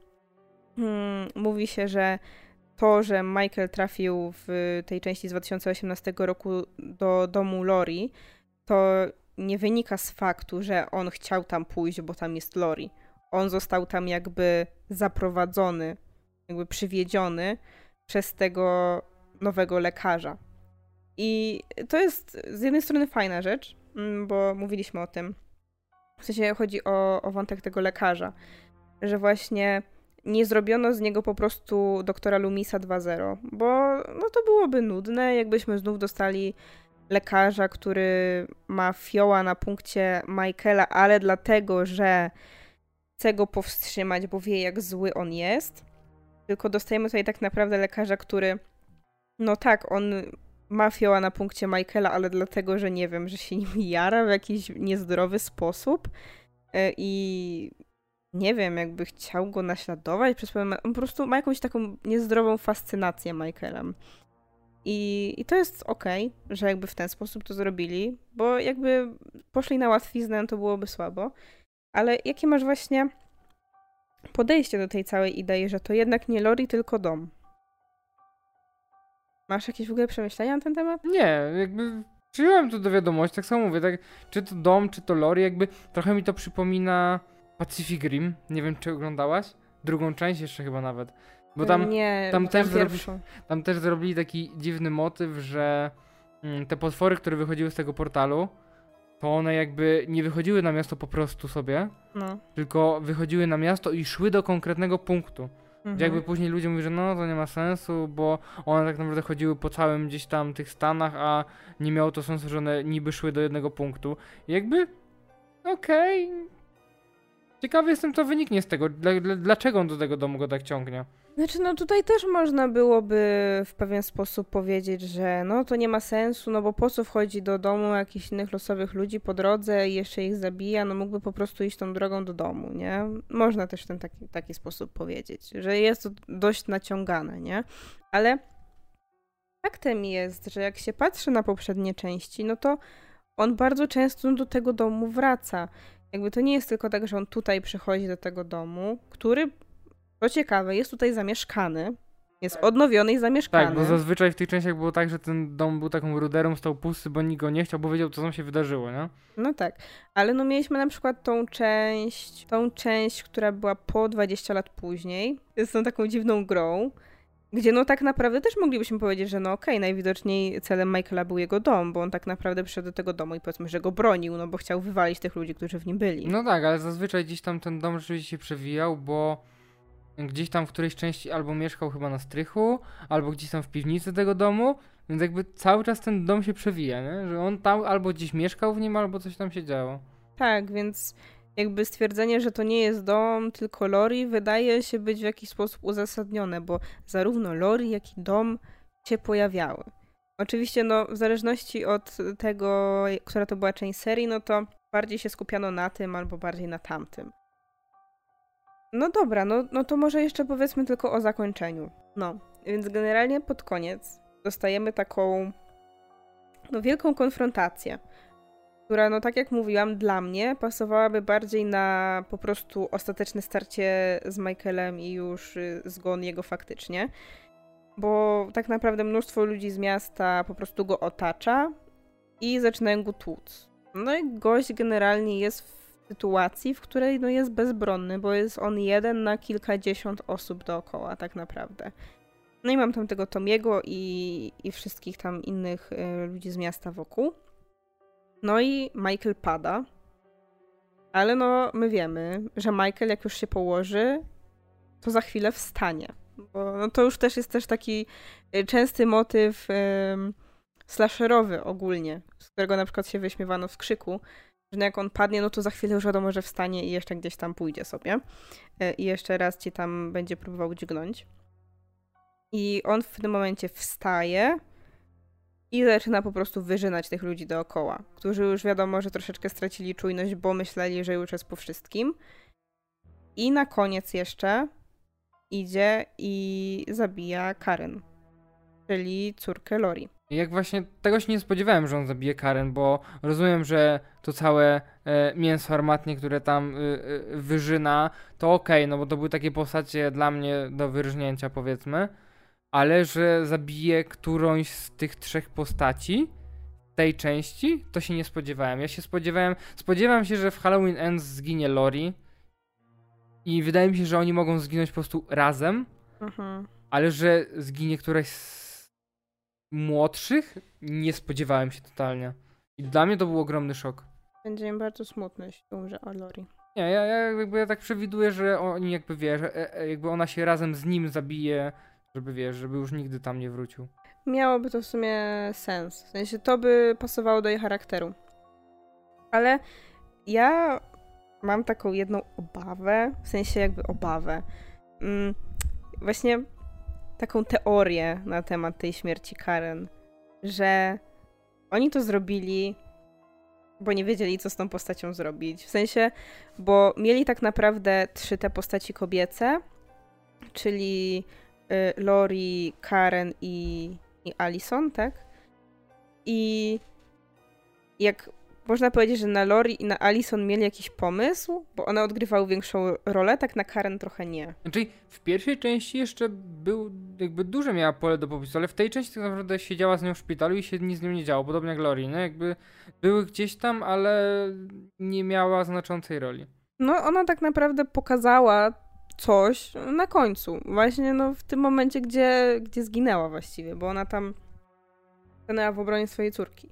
mówi się, że to, że Michael trafił w tej części z 2018 roku do domu Lori, to nie wynika z faktu, że on chciał tam pójść, bo tam jest Lori. On został tam jakby zaprowadzony, jakby przywiedziony przez tego nowego lekarza. I to jest z jednej strony fajna rzecz, bo mówiliśmy o tym. W sensie chodzi o wątek tego lekarza, że właśnie nie zrobiono z niego po prostu doktora Loomisa 2.0, bo no to byłoby nudne, jakbyśmy znów dostali lekarza, który ma fioła na punkcie Michaela, ale dlatego, że chce go powstrzymać, bo wie, jak zły on jest. Tylko dostajemy tutaj tak naprawdę lekarza, który no tak, on ma fioła na punkcie Michaela, ale dlatego, że nie wiem, że się nim jara w jakiś niezdrowy sposób i nie wiem, jakby chciał go naśladować przez pewien... On po prostu ma jakąś taką niezdrową fascynację Michaelem. I to jest okej, że jakby w ten sposób to zrobili, bo jakby poszli na łatwiznę, to byłoby słabo. Ale jakie masz właśnie podejście do tej całej idei, że to jednak nie Lori, tylko dom? Masz jakieś w ogóle przemyślenia na ten temat? Nie, jakby przyjąłem to do wiadomości, tak samo mówię, tak, czy to dom, czy to Lori, jakby trochę mi to przypomina Pacific Rim, nie wiem, czy oglądałaś? Drugą część jeszcze chyba nawet. Bo tam też zrobili taki dziwny motyw, że te potwory, które wychodziły z tego portalu, to one jakby nie wychodziły na miasto po prostu sobie, tylko wychodziły na miasto i szły do konkretnego punktu. Gdzie jakby później ludzie mówią, że no to nie ma sensu, bo one tak naprawdę chodziły po całym gdzieś tam tych Stanach, a nie miało to sensu, że one niby szły do jednego punktu. I jakby, okej. Ciekawy jestem, co wyniknie z tego. Dlaczego on do tego domu go tak ciągnie? Znaczy, no tutaj też można byłoby w pewien sposób powiedzieć, że no to nie ma sensu, no bo po co wchodzi do domu jakichś innych losowych ludzi po drodze i jeszcze ich zabija, no mógłby po prostu iść tą drogą do domu, nie? Można też w ten taki sposób powiedzieć, że jest to dość naciągane, nie? Ale faktem jest, że jak się patrzy na poprzednie części, no to on bardzo często do tego domu wraca. Jakby to nie jest tylko tak, że on tutaj przychodzi do tego domu, który, co ciekawe, jest tutaj zamieszkany. Jest odnowiony i zamieszkany. Tak, bo zazwyczaj w tych częściach było tak, że ten dom był taką ruderą, stał pusty, bo nikt go nie chciał, bo wiedział, co tam się wydarzyło, nie? No tak, ale no mieliśmy na przykład tą część, która była po 20 lat później, z tą taką dziwną grą, gdzie no tak naprawdę też moglibyśmy powiedzieć, że no okej, najwidoczniej celem Michaela był jego dom, bo on tak naprawdę przyszedł do tego domu i powiedzmy, że go bronił, no bo chciał wywalić tych ludzi, którzy w nim byli. No tak, ale zazwyczaj gdzieś tam ten dom rzeczywiście się przewijał, bo gdzieś tam w którejś części albo mieszkał chyba na strychu, albo gdzieś tam w piwnicy tego domu, więc jakby cały czas ten dom się przewija, nie? Że on tam albo gdzieś mieszkał w nim, albo coś tam się działo. Tak, więc jakby stwierdzenie, że to nie jest dom, tylko Lori, wydaje się być w jakiś sposób uzasadnione, bo zarówno Lori, jak i dom się pojawiały. Oczywiście, no, w zależności od tego, która to była część serii, no to bardziej się skupiano na tym, albo bardziej na tamtym. No dobra, no to może jeszcze powiedzmy tylko o zakończeniu. No, więc generalnie pod koniec dostajemy taką, no, wielką konfrontację, która, no tak jak mówiłam, dla mnie pasowałaby bardziej na po prostu ostateczne starcie z Michaelem i już zgon jego faktycznie. Bo tak naprawdę mnóstwo ludzi z miasta po prostu go otacza i zaczynają go tłuc. No i gość generalnie jest w sytuacji, w której no jest bezbronny, bo jest on jeden na kilkadziesiąt osób dookoła tak naprawdę. No i mam tam tego Tomiego i wszystkich tam innych ludzi z miasta wokół. No i Michael pada, ale no my wiemy, że Michael jak już się położy, to za chwilę wstanie. Bo no to już też jest też taki częsty motyw slasherowy ogólnie, z którego na przykład się wyśmiewano w Krzyku, że jak on padnie, no to za chwilę już wiadomo, że wstanie i jeszcze gdzieś tam pójdzie sobie. I jeszcze raz ci tam będzie próbował dźgnąć. I on w tym momencie wstaje i zaczyna po prostu wyżynać tych ludzi dookoła, którzy już wiadomo, że troszeczkę stracili czujność, bo myśleli, że już jest po wszystkim. I na koniec jeszcze idzie i zabija Karen, czyli córkę Lori. Jak właśnie tego się nie spodziewałem, że on zabije Karen, bo rozumiem, że to całe mięso armatnie, które tam wyżyna, to okej, no bo to były takie postacie dla mnie do wyrżnięcia, powiedzmy, ale że zabije którąś z tych trzech postaci tej części, to się nie spodziewałem. Ja się spodziewałem się, że w Halloween Ends zginie Lori i wydaje mi się, że oni mogą zginąć po prostu razem, ale że zginie któraś z młodszych, nie spodziewałem się totalnie. I dla mnie to był ogromny szok. Będzie im bardzo smutno, jeśli umrze o Lori. Nie, ja tak przewiduję, że oni jakby jakby ona się razem z nim zabije, żeby już nigdy tam nie wrócił. Miałoby to w sumie sens. W sensie to by pasowało do jej charakteru. Ale ja mam taką jedną obawę, w sensie jakby obawę. Właśnie taką teorię na temat tej śmierci Karen, że oni to zrobili, bo nie wiedzieli, co z tą postacią zrobić. W sensie, bo mieli tak naprawdę trzy te postaci kobiece, czyli Lori, Karen i Allison, tak? I jak można powiedzieć, że na Lori i na Allison mieli jakiś pomysł, bo one odgrywały większą rolę, tak na Karen trochę nie. Znaczy, w pierwszej części jeszcze jakby duże miała pole do popisu, ale w tej części tak naprawdę siedziała z nią w szpitalu i się nic z nią nie działo, podobnie jak Lori, nie? Jakby były gdzieś tam, ale nie miała znaczącej roli. No, ona tak naprawdę pokazała coś na końcu. Właśnie no, w tym momencie, gdzie zginęła właściwie, bo ona tam stanęła w obronie swojej córki.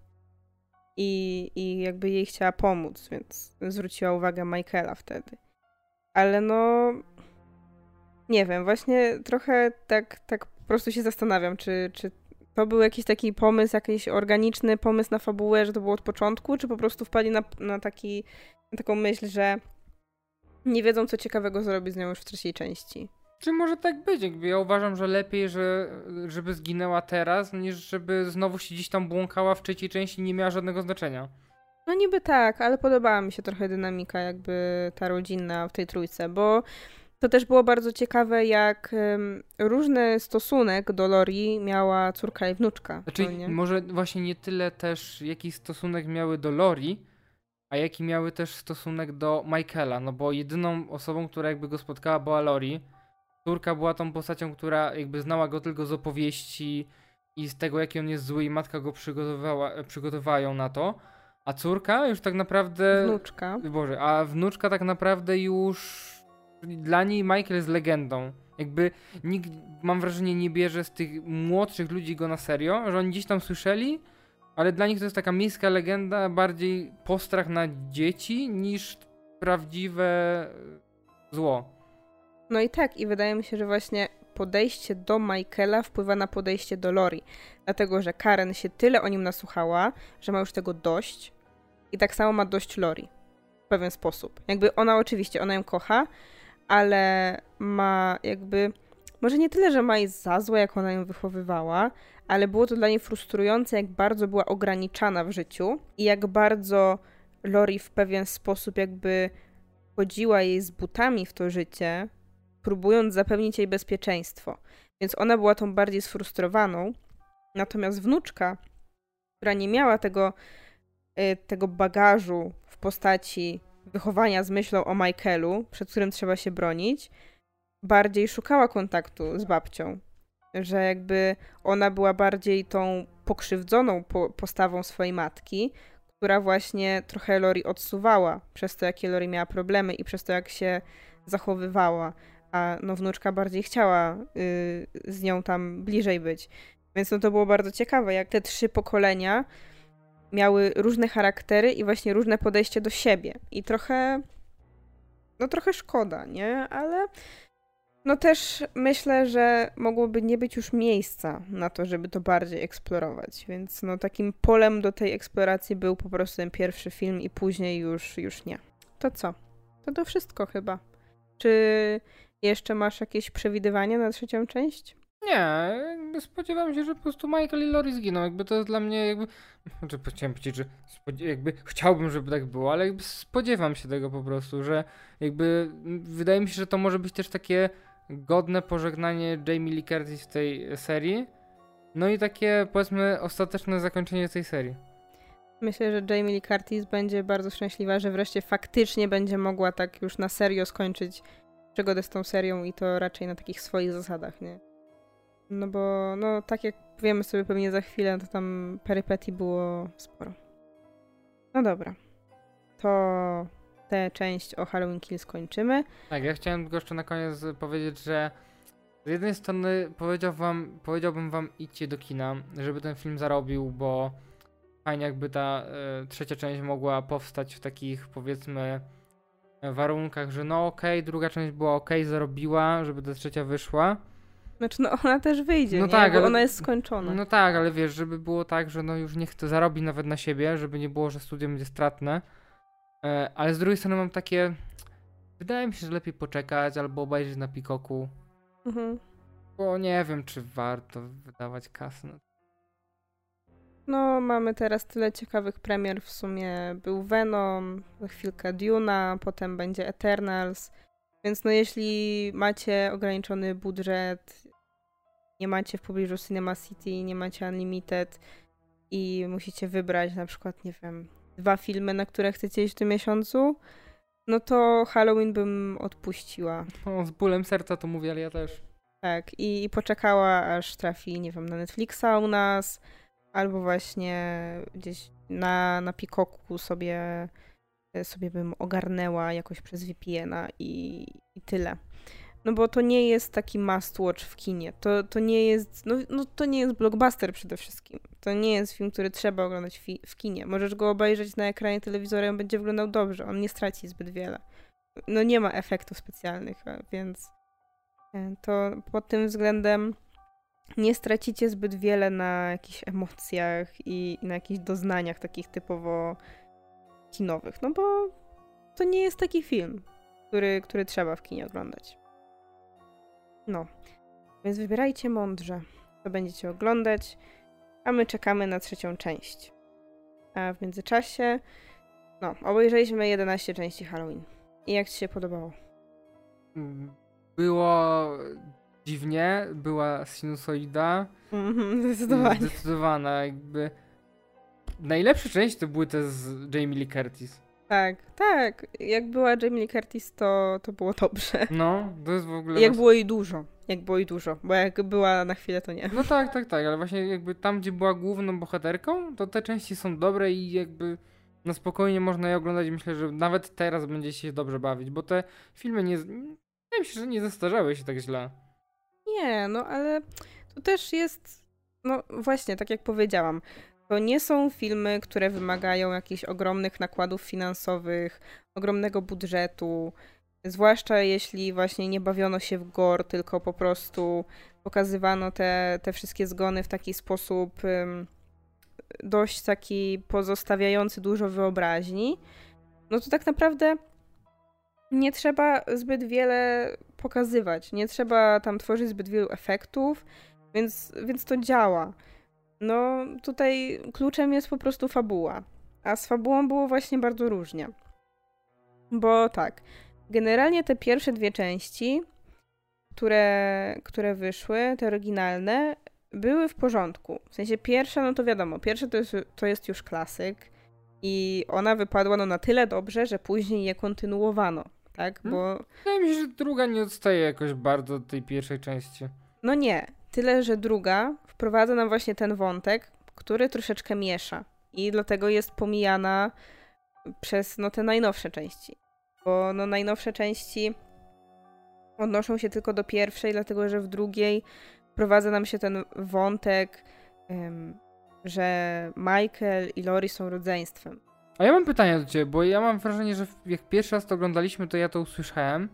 I jakby jej chciała pomóc, więc zwróciła uwagę Michaela wtedy. Ale no... Nie wiem, właśnie trochę tak po prostu się zastanawiam, czy to był jakiś taki pomysł, jakiś organiczny pomysł na fabułę, że to było od początku, czy po prostu wpadli na taką myśl, że nie wiedzą, co ciekawego zrobić z nią już w trzeciej części. Czy może tak być? Jakby ja uważam, że lepiej, żeby zginęła teraz, niż żeby znowu się gdzieś tam błąkała w trzeciej części i nie miała żadnego znaczenia. No niby tak, ale podobała mi się trochę dynamika jakby ta rodzinna w tej trójce, bo to też było bardzo ciekawe, jak różny stosunek do Lori miała córka i wnuczka. Znaczy, No nie? może właśnie nie tyle też, jaki stosunek miały do Lori, a jaki miały też stosunek do Michaela, no bo jedyną osobą, która jakby go spotkała, była Lori. Córka była tą postacią, która jakby znała go tylko z opowieści i z tego, jaki on jest zły i matka go przygotowała ją na to. A córka już tak naprawdę... Wnuczka. Boże, a wnuczka tak naprawdę już... Dla niej Michael jest legendą. Jakby nikt, mam wrażenie, nie bierze z tych młodszych ludzi go na serio, że oni gdzieś tam słyszeli, ale dla nich to jest taka miejska legenda, bardziej postrach na dzieci niż prawdziwe zło. No i tak, i wydaje mi się, że właśnie podejście do Michaela wpływa na podejście do Lori. Dlatego, że Karen się tyle o nim nasłuchała, że ma już tego dość i tak samo ma dość Lori. W pewien sposób. Jakby ona oczywiście, ona ją kocha, ale ma jakby... Może nie tyle, że ma jej za złe, jak ona ją wychowywała, ale było to dla niej frustrujące, jak bardzo była ograniczana w życiu i jak bardzo Lori w pewien sposób jakby chodziła jej z butami w to życie, próbując zapewnić jej bezpieczeństwo. Więc ona była tą bardziej sfrustrowaną, natomiast wnuczka, która nie miała tego bagażu w postaci wychowania z myślą o Michaelu, przed którym trzeba się bronić, bardziej szukała kontaktu z babcią. Że jakby ona była bardziej tą pokrzywdzoną postawą swojej matki, która właśnie trochę Lori odsuwała przez to, jakie Lori miała problemy i przez to, jak się zachowywała. A no wnuczka bardziej chciała z nią tam bliżej być. Więc no to było bardzo ciekawe, jak te 3 pokolenia miały różne charaktery i właśnie różne podejście do siebie. I trochę szkoda, nie? Ale no też myślę, że mogłoby nie być już miejsca na to, żeby to bardziej eksplorować. Więc no takim polem do tej eksploracji był po prostu ten pierwszy film i później już nie. To co? To wszystko chyba. Czy jeszcze masz jakieś przewidywania na trzecią część? Nie, jakby spodziewam się, że po prostu Michael i Lori zginą. Jakby to jest dla mnie jakby... Znaczy, chciałem powiedzieć, że jakby chciałbym, żeby tak było, ale jakby spodziewam się tego po prostu, że jakby wydaje mi się, że to może być też takie godne pożegnanie Jamie Lee Curtis w tej serii. No i takie, powiedzmy, ostateczne zakończenie tej serii. Myślę, że Jamie Lee Curtis będzie bardzo szczęśliwa, że wreszcie faktycznie będzie mogła tak już na serio skończyć przygodę z tą serią i to raczej na takich swoich zasadach, nie? No bo, no tak jak powiemy sobie pewnie za chwilę, to tam perypetii było sporo. No dobra. To tę część o Halloween Kills kończymy. Tak, ja chciałem tylko jeszcze na koniec powiedzieć, że z jednej strony powiedziałbym wam idźcie do kina, żeby ten film zarobił, bo fajnie jakby ta trzecia część mogła powstać w takich, powiedzmy, warunkach, że no okej, druga część była okej, zarobiła, żeby ta trzecia wyszła. Znaczy, no ona też wyjdzie, No nie? tak, Bo ale... ona jest skończona. No tak, ale wiesz, żeby było tak, że no już niech to zarobi nawet na siebie, żeby nie było, że studio będzie stratne. Ale z drugiej strony mam takie... Wydaje mi się, że lepiej poczekać albo obejrzeć na Peacocku. Mhm. Bo nie wiem, czy warto wydawać kasę na to. No, mamy teraz tyle ciekawych premier w sumie. Był Venom, za chwilkę Duna, potem będzie Eternals. Więc no jeśli macie ograniczony budżet, nie macie w pobliżu Cinema City, nie macie Unlimited i musicie wybrać na przykład, nie wiem, 2 filmy, na które chcecie iść w tym miesiącu, no to Halloween bym odpuściła. No, z bólem serca to mówię, ale ja też. Tak, i poczekała, aż trafi, nie wiem, na Netflixa u nas, albo właśnie gdzieś na Peacocku sobie bym ogarnęła jakoś przez VPN-a i tyle. No bo to nie jest taki must watch w kinie. To nie jest, no to nie jest blockbuster przede wszystkim. To nie jest film, który trzeba oglądać w kinie. Możesz go obejrzeć na ekranie telewizora i on będzie wyglądał dobrze. On nie straci zbyt wiele. No nie ma efektów specjalnych, więc To pod tym względem nie stracicie zbyt wiele na jakichś emocjach i na jakichś doznaniach takich typowo kinowych, no bo to nie jest taki film, który trzeba w kinie oglądać. No, więc wybierajcie mądrze, co będziecie oglądać, a my czekamy na 3. część. A w międzyczasie, obejrzeliśmy 11 części Halloween. I jak ci się podobało? Było dziwnie, była sinusoida. Zdecydowanie. Zdecydowana, jakby. Najlepsze części to były te z Jamie Lee Curtis. Tak. Jak była Jamie Lee Curtis, to było dobrze. No, to jest w ogóle... Jak było jej dużo, bo jak była na chwilę, to nie. No tak, ale właśnie jakby tam, gdzie była główną bohaterką, to te części są dobre i jakby na spokojnie można je oglądać. Myślę, że nawet teraz będzie się dobrze bawić, bo te filmy wydaje mi się, że nie zestarzały się tak źle. Nie, no ale to też jest, no właśnie, tak jak powiedziałam, to nie są filmy, które wymagają jakichś ogromnych nakładów finansowych, ogromnego budżetu, zwłaszcza jeśli właśnie nie bawiono się w gore, tylko po prostu pokazywano te wszystkie zgony w taki sposób dość taki pozostawiający dużo wyobraźni, no to tak naprawdę nie trzeba zbyt wiele pokazywać, nie trzeba tam tworzyć zbyt wielu efektów, więc to działa. No tutaj kluczem jest po prostu fabuła, a z fabułą było właśnie bardzo różnie. Bo tak, generalnie te pierwsze 2 części, które wyszły, te oryginalne, były w porządku. W sensie pierwsza, no to wiadomo, pierwsza to jest już klasyk i ona wypadła na tyle dobrze, że później je kontynuowano, tak? Bo... Wydaje mi się, że druga nie odstaje jakoś bardzo od tej pierwszej części. No nie, tyle, że druga wprowadza nam właśnie ten wątek, który troszeczkę miesza i dlatego jest pomijana przez te najnowsze części. Bo najnowsze części odnoszą się tylko do pierwszej, dlatego że w drugiej wprowadza nam się ten wątek, że Michael i Laurie są rodzeństwem. A ja mam pytanie do ciebie, bo ja mam wrażenie, że jak pierwszy raz to oglądaliśmy, to ja to usłyszałem,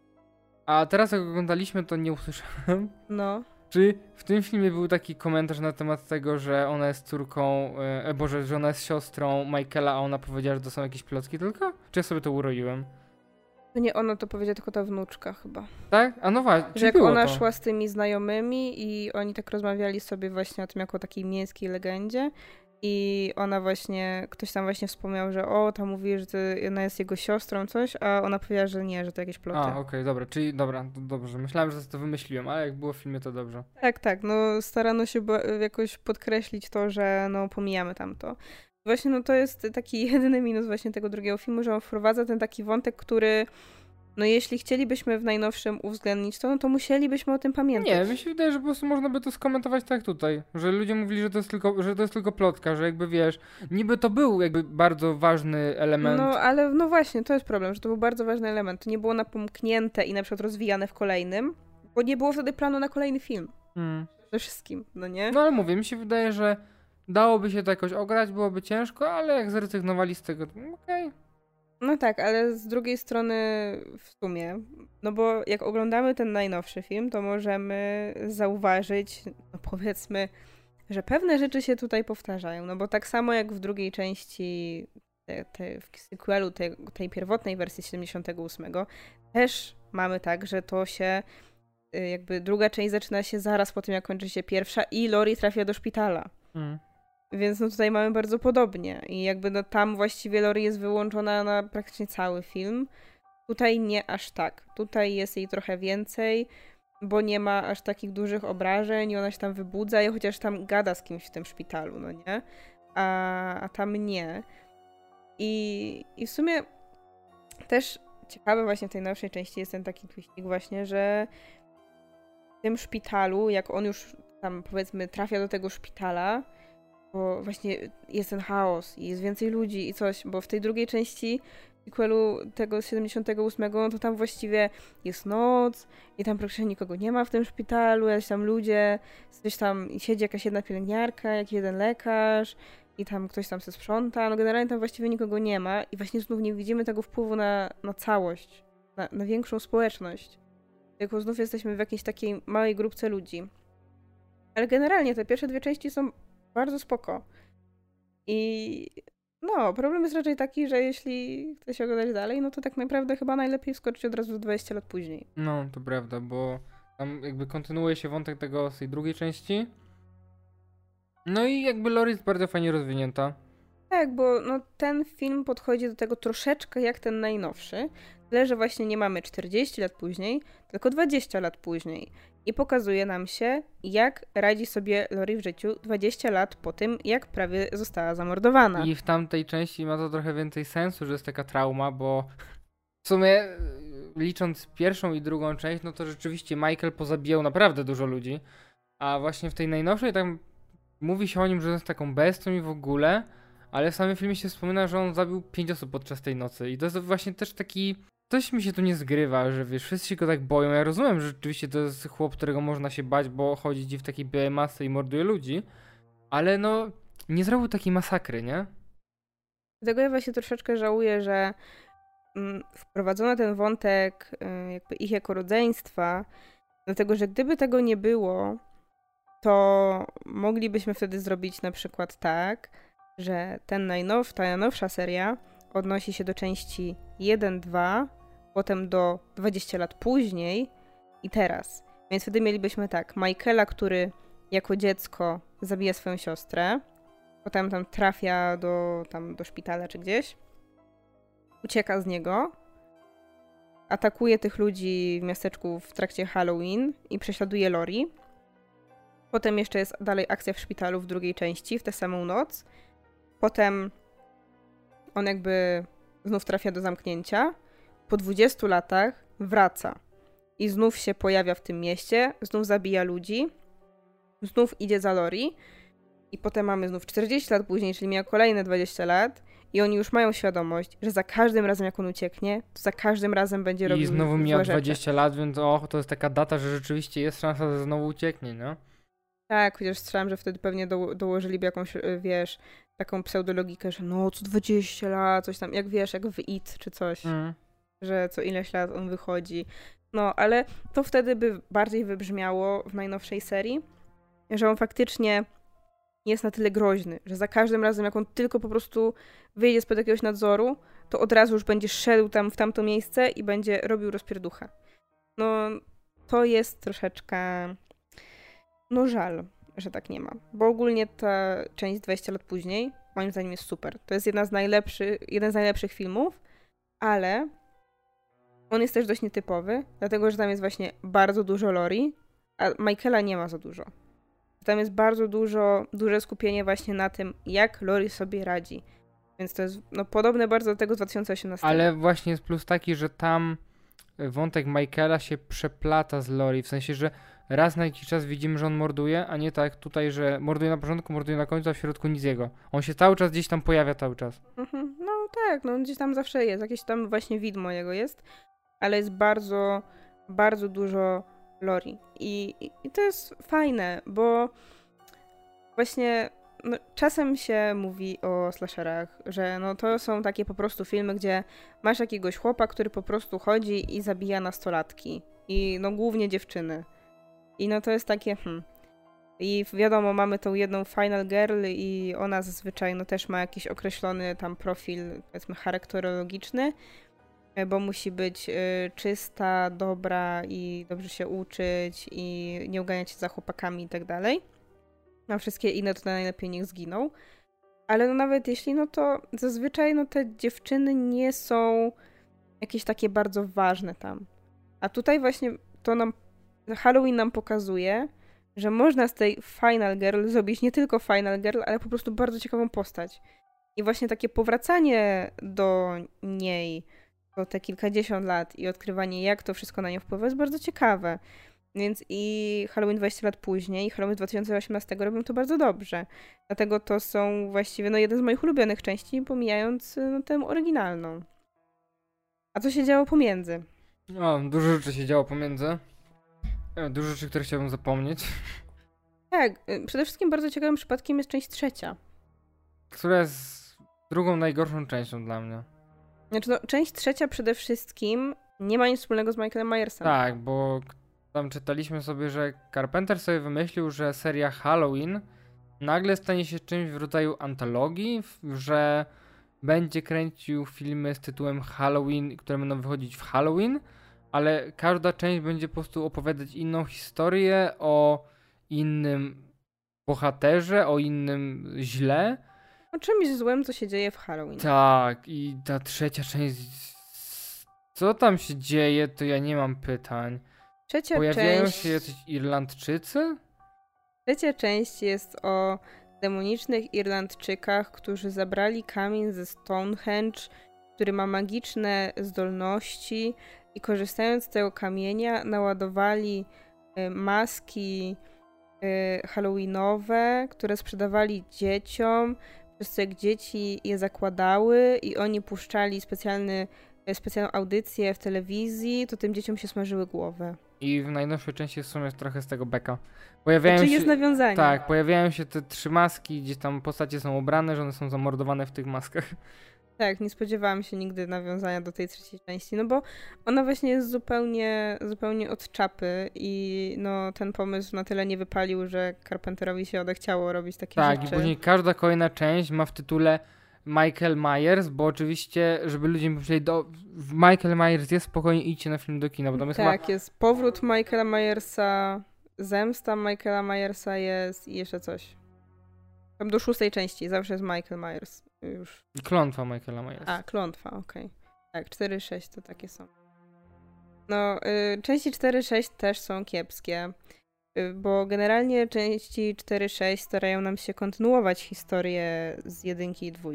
a teraz jak oglądaliśmy, to nie usłyszałem. No. Czy w tym filmie był taki komentarz na temat tego, że ona jest córką, że ona jest siostrą Michaela, a ona powiedziała, że to są jakieś plotki tylko? Czy ja sobie to uroiłem? To nie ona to powiedziała, tylko ta wnuczka chyba. Tak? A no właśnie, że jak ona szła z tymi znajomymi i oni tak rozmawiali sobie właśnie o tym jako o takiej miejskiej legendzie i ona właśnie, ktoś tam właśnie wspomniał, że tam mówi, że ona jest jego siostrą coś, a ona powiedziała, że nie, że to jakieś ploty. Okej, dobra, czyli dobra, to dobrze. Myślałem, że to wymyśliłem, ale jak było w filmie, to dobrze. Tak, starano się jakoś podkreślić to, że pomijamy tamto. Właśnie to jest taki jedyny minus właśnie tego drugiego filmu, że on wprowadza ten taki wątek, który jeśli chcielibyśmy w najnowszym uwzględnić to, to musielibyśmy o tym pamiętać. Nie, mi się wydaje, że po prostu można by to skomentować tak jak tutaj, że ludzie mówili, że to jest tylko plotka, że jakby wiesz, niby to był jakby bardzo ważny element. No, ale właśnie, to jest problem, że to był bardzo ważny element. To nie było napomknięte i na przykład rozwijane w kolejnym, bo nie było wtedy planu na kolejny film. Ze wszystkim, no nie? No ale mówię, mi się wydaje, że dałoby się to jakoś ograć, byłoby ciężko, ale jak zrezygnowali z tego, to okej. No tak, ale z drugiej strony w sumie, bo jak oglądamy ten najnowszy film, to możemy zauważyć, powiedzmy, że pewne rzeczy się tutaj powtarzają, bo tak samo jak w drugiej części, w sequelu tej pierwotnej wersji 78, też mamy tak, że to się, jakby druga część zaczyna się zaraz po tym, jak kończy się pierwsza i Laurie trafia do szpitala. Więc tutaj mamy bardzo podobnie i jakby tam właściwie Laurie jest wyłączona na praktycznie cały film. Tutaj nie aż tak. Tutaj jest jej trochę więcej, bo nie ma aż takich dużych obrażeń i ona się tam wybudza i chociaż tam gada z kimś w tym szpitalu, no nie? A tam nie. I w sumie też ciekawe właśnie w tej nowszej części jest ten taki twistik właśnie, że w tym szpitalu, jak on już tam powiedzmy trafia do tego szpitala, bo właśnie jest ten chaos i jest więcej ludzi i coś, bo w tej drugiej części sequelu tego 78 to tam właściwie jest noc i tam praktycznie nikogo nie ma w tym szpitalu, jacyś tam ludzie, coś tam siedzi jakaś jedna pielęgniarka, jakiś jeden lekarz i tam ktoś tam se sprząta, generalnie tam właściwie nikogo nie ma i właśnie znów nie widzimy tego wpływu na całość, na większą społeczność. Tylko znów jesteśmy w jakiejś takiej małej grupce ludzi. Ale generalnie te pierwsze 2 części są bardzo spoko. I no, problem jest raczej taki, że jeśli chce się oglądać dalej, no to tak naprawdę chyba najlepiej wskoczyć od razu w 20 lat później. No, to prawda, bo tam jakby kontynuuje się wątek tego z tej drugiej części. No i jakby lore jest bardzo fajnie rozwinięta. Tak, bo no, ten film podchodzi do tego troszeczkę jak ten najnowszy, tyle że właśnie nie mamy 40 lat później, tylko 20 lat później. I pokazuje nam się, jak radzi sobie Lori w życiu 20 lat po tym, jak prawie została zamordowana. I w tamtej części ma to trochę więcej sensu, że jest taka trauma, bo w sumie licząc pierwszą i drugą część, no to rzeczywiście Michael pozabijał naprawdę dużo ludzi. A właśnie w tej najnowszej tam mówi się o nim, że jest taką bestią i w ogóle, ale w samym filmie się wspomina, że on zabił 5 osób podczas tej nocy. I to jest właśnie też taki... Coś mi się tu nie zgrywa, że wiesz, wszyscy się go tak boją. Ja rozumiem, że rzeczywiście to jest chłop, którego można się bać, bo chodzi ci w takiej białej masce i morduje ludzi, ale no nie zrobił takiej masakry, nie? Dlatego ja właśnie troszeczkę żałuję, że wprowadzono ten wątek jakby ich jako rodzeństwa, dlatego że gdyby tego nie było, to moglibyśmy wtedy zrobić na przykład tak, że ta najnowsza seria odnosi się do części 1, 2, potem do 20 lat później i teraz. Więc wtedy mielibyśmy tak, Michaela, który jako dziecko zabija swoją siostrę, potem tam trafia do szpitala czy gdzieś, ucieka z niego, atakuje tych ludzi w miasteczku w trakcie Halloween i prześladuje Lori. Potem jeszcze jest dalej akcja w szpitalu w drugiej części, w tę samą noc. Potem on jakby znów trafia do zamknięcia. Po 20 latach wraca i znów się pojawia w tym mieście, znów zabija ludzi, znów idzie za Lori i potem mamy znów 40 lat później, czyli mija kolejne 20 lat i oni już mają świadomość, że za każdym razem jak on ucieknie, to za każdym razem będzie robił I znowu mija złe 20 rzeczy. lat, więc to jest taka data, że rzeczywiście jest szansa, że znowu ucieknie, no? Tak, chociaż słyszałam, że wtedy pewnie dołożyliby jakąś, wiesz, taką pseudologikę, że no co 20 lat, coś tam, jak wiesz, jak w IT czy coś, że co ileś lat on wychodzi. No, ale to wtedy by bardziej wybrzmiało w najnowszej serii, że on faktycznie jest na tyle groźny, że za każdym razem, jak on tylko po prostu wyjdzie spod jakiegoś nadzoru, to od razu już będzie szedł tam w tamto miejsce i będzie robił rozpierduchę. No, to jest troszeczkę... No żal, że tak nie ma. Bo ogólnie ta część 20 lat później, moim zdaniem jest super. To jest jeden z najlepszych filmów, ale on jest też dość nietypowy, dlatego że tam jest właśnie bardzo dużo Lori, a Michaela nie ma za dużo. Tam jest bardzo duże skupienie właśnie na tym, jak Lori sobie radzi. Więc to jest podobne bardzo do tego z 2018. Ale właśnie jest plus taki, że tam wątek Michaela się przeplata z Lori, w sensie, że raz na jakiś czas widzimy, że on morduje, a nie tak tutaj, że morduje na początku, morduje na końcu, a w środku nic jego. On się cały czas gdzieś tam pojawia cały czas. No tak, no gdzieś tam zawsze jest, jakieś tam właśnie widmo jego jest, ale jest bardzo, bardzo dużo Lori. I to jest fajne, bo właśnie czasem się mówi o slasherach, że to są takie po prostu filmy, gdzie masz jakiegoś chłopa, który po prostu chodzi i zabija nastolatki. I głównie dziewczyny. I to jest takie, I wiadomo, mamy tą jedną Final Girl i ona zazwyczaj też ma jakiś określony tam profil, powiedzmy, charakterologiczny, bo musi być czysta, dobra i dobrze się uczyć i nie uganiać się za chłopakami i tak dalej. A wszystkie inne to najlepiej niech zginą. Ale nawet jeśli, to zazwyczaj te dziewczyny nie są jakieś takie bardzo ważne tam. A tutaj właśnie Halloween nam pokazuje, że można z tej Final Girl zrobić nie tylko Final Girl, ale po prostu bardzo ciekawą postać. I właśnie takie powracanie do niej po te kilkadziesiąt lat i odkrywanie, jak to wszystko na nią wpływa, jest bardzo ciekawe. Więc i Halloween 20 lat później, i Halloween 2018 robią to bardzo dobrze. Dlatego to są właściwie jeden z moich ulubionych części, pomijając tę oryginalną. A co się działo pomiędzy? Dużo rzeczy się działo pomiędzy. Dużo rzeczy, które chciałbym zapomnieć. Tak, przede wszystkim bardzo ciekawym przypadkiem jest część 3. Która jest drugą najgorszą częścią dla mnie. Znaczy część 3 przede wszystkim Nie ma nic wspólnego z Michaelem Myersem. Tak, bo tam czytaliśmy sobie, że Carpenter sobie wymyślił, że seria Halloween nagle stanie się czymś w rodzaju antologii, że będzie kręcił filmy z tytułem Halloween, które będą wychodzić w Halloween, ale każda część będzie po prostu opowiadać inną historię o innym bohaterze, o innym źle. O czymś złym, co się dzieje w Halloween. Tak, i ta trzecia część. Co tam się dzieje, to ja nie mam pytań. Pojawiają się jacyś Irlandczycy? Trzecia część jest o demonicznych Irlandczykach, którzy zabrali kamień ze Stonehenge, który ma magiczne zdolności i korzystając z tego kamienia naładowali maski halloweenowe, które sprzedawali dzieciom, przez co jak dzieci je zakładały i oni puszczali specjalną audycję w telewizji, to tym dzieciom się smażyły głowy. I w najnowszej części w sumie trochę z tego beka. Znaczy jest nawiązanie. Tak, pojawiają się te 3 maski, gdzie tam postacie są ubrane, że one są zamordowane w tych maskach. Tak, nie spodziewałam się nigdy nawiązania do tej trzeciej części, no bo ona właśnie jest zupełnie od czapy i no ten pomysł na tyle nie wypalił, że Carpenterowi się odechciało robić takie rzeczy. Tak, i później każda kolejna część ma w tytule Michael Myers, bo oczywiście, żeby ludzie myśleli, Michael Myers jest, spokojnie idźcie na film do kina, bo tam jest tak, jest powrót Michaela Myersa, zemsta Michaela Myersa jest i jeszcze coś. Tam do 6 części zawsze jest Michael Myers. Już. Klątwa Michaela Myersa. A, klątwa, okej. Tak, 4-6 to takie są. No, części 4-6 też są kiepskie, bo generalnie części 4-6 starają nam się kontynuować historię z 1 i 2.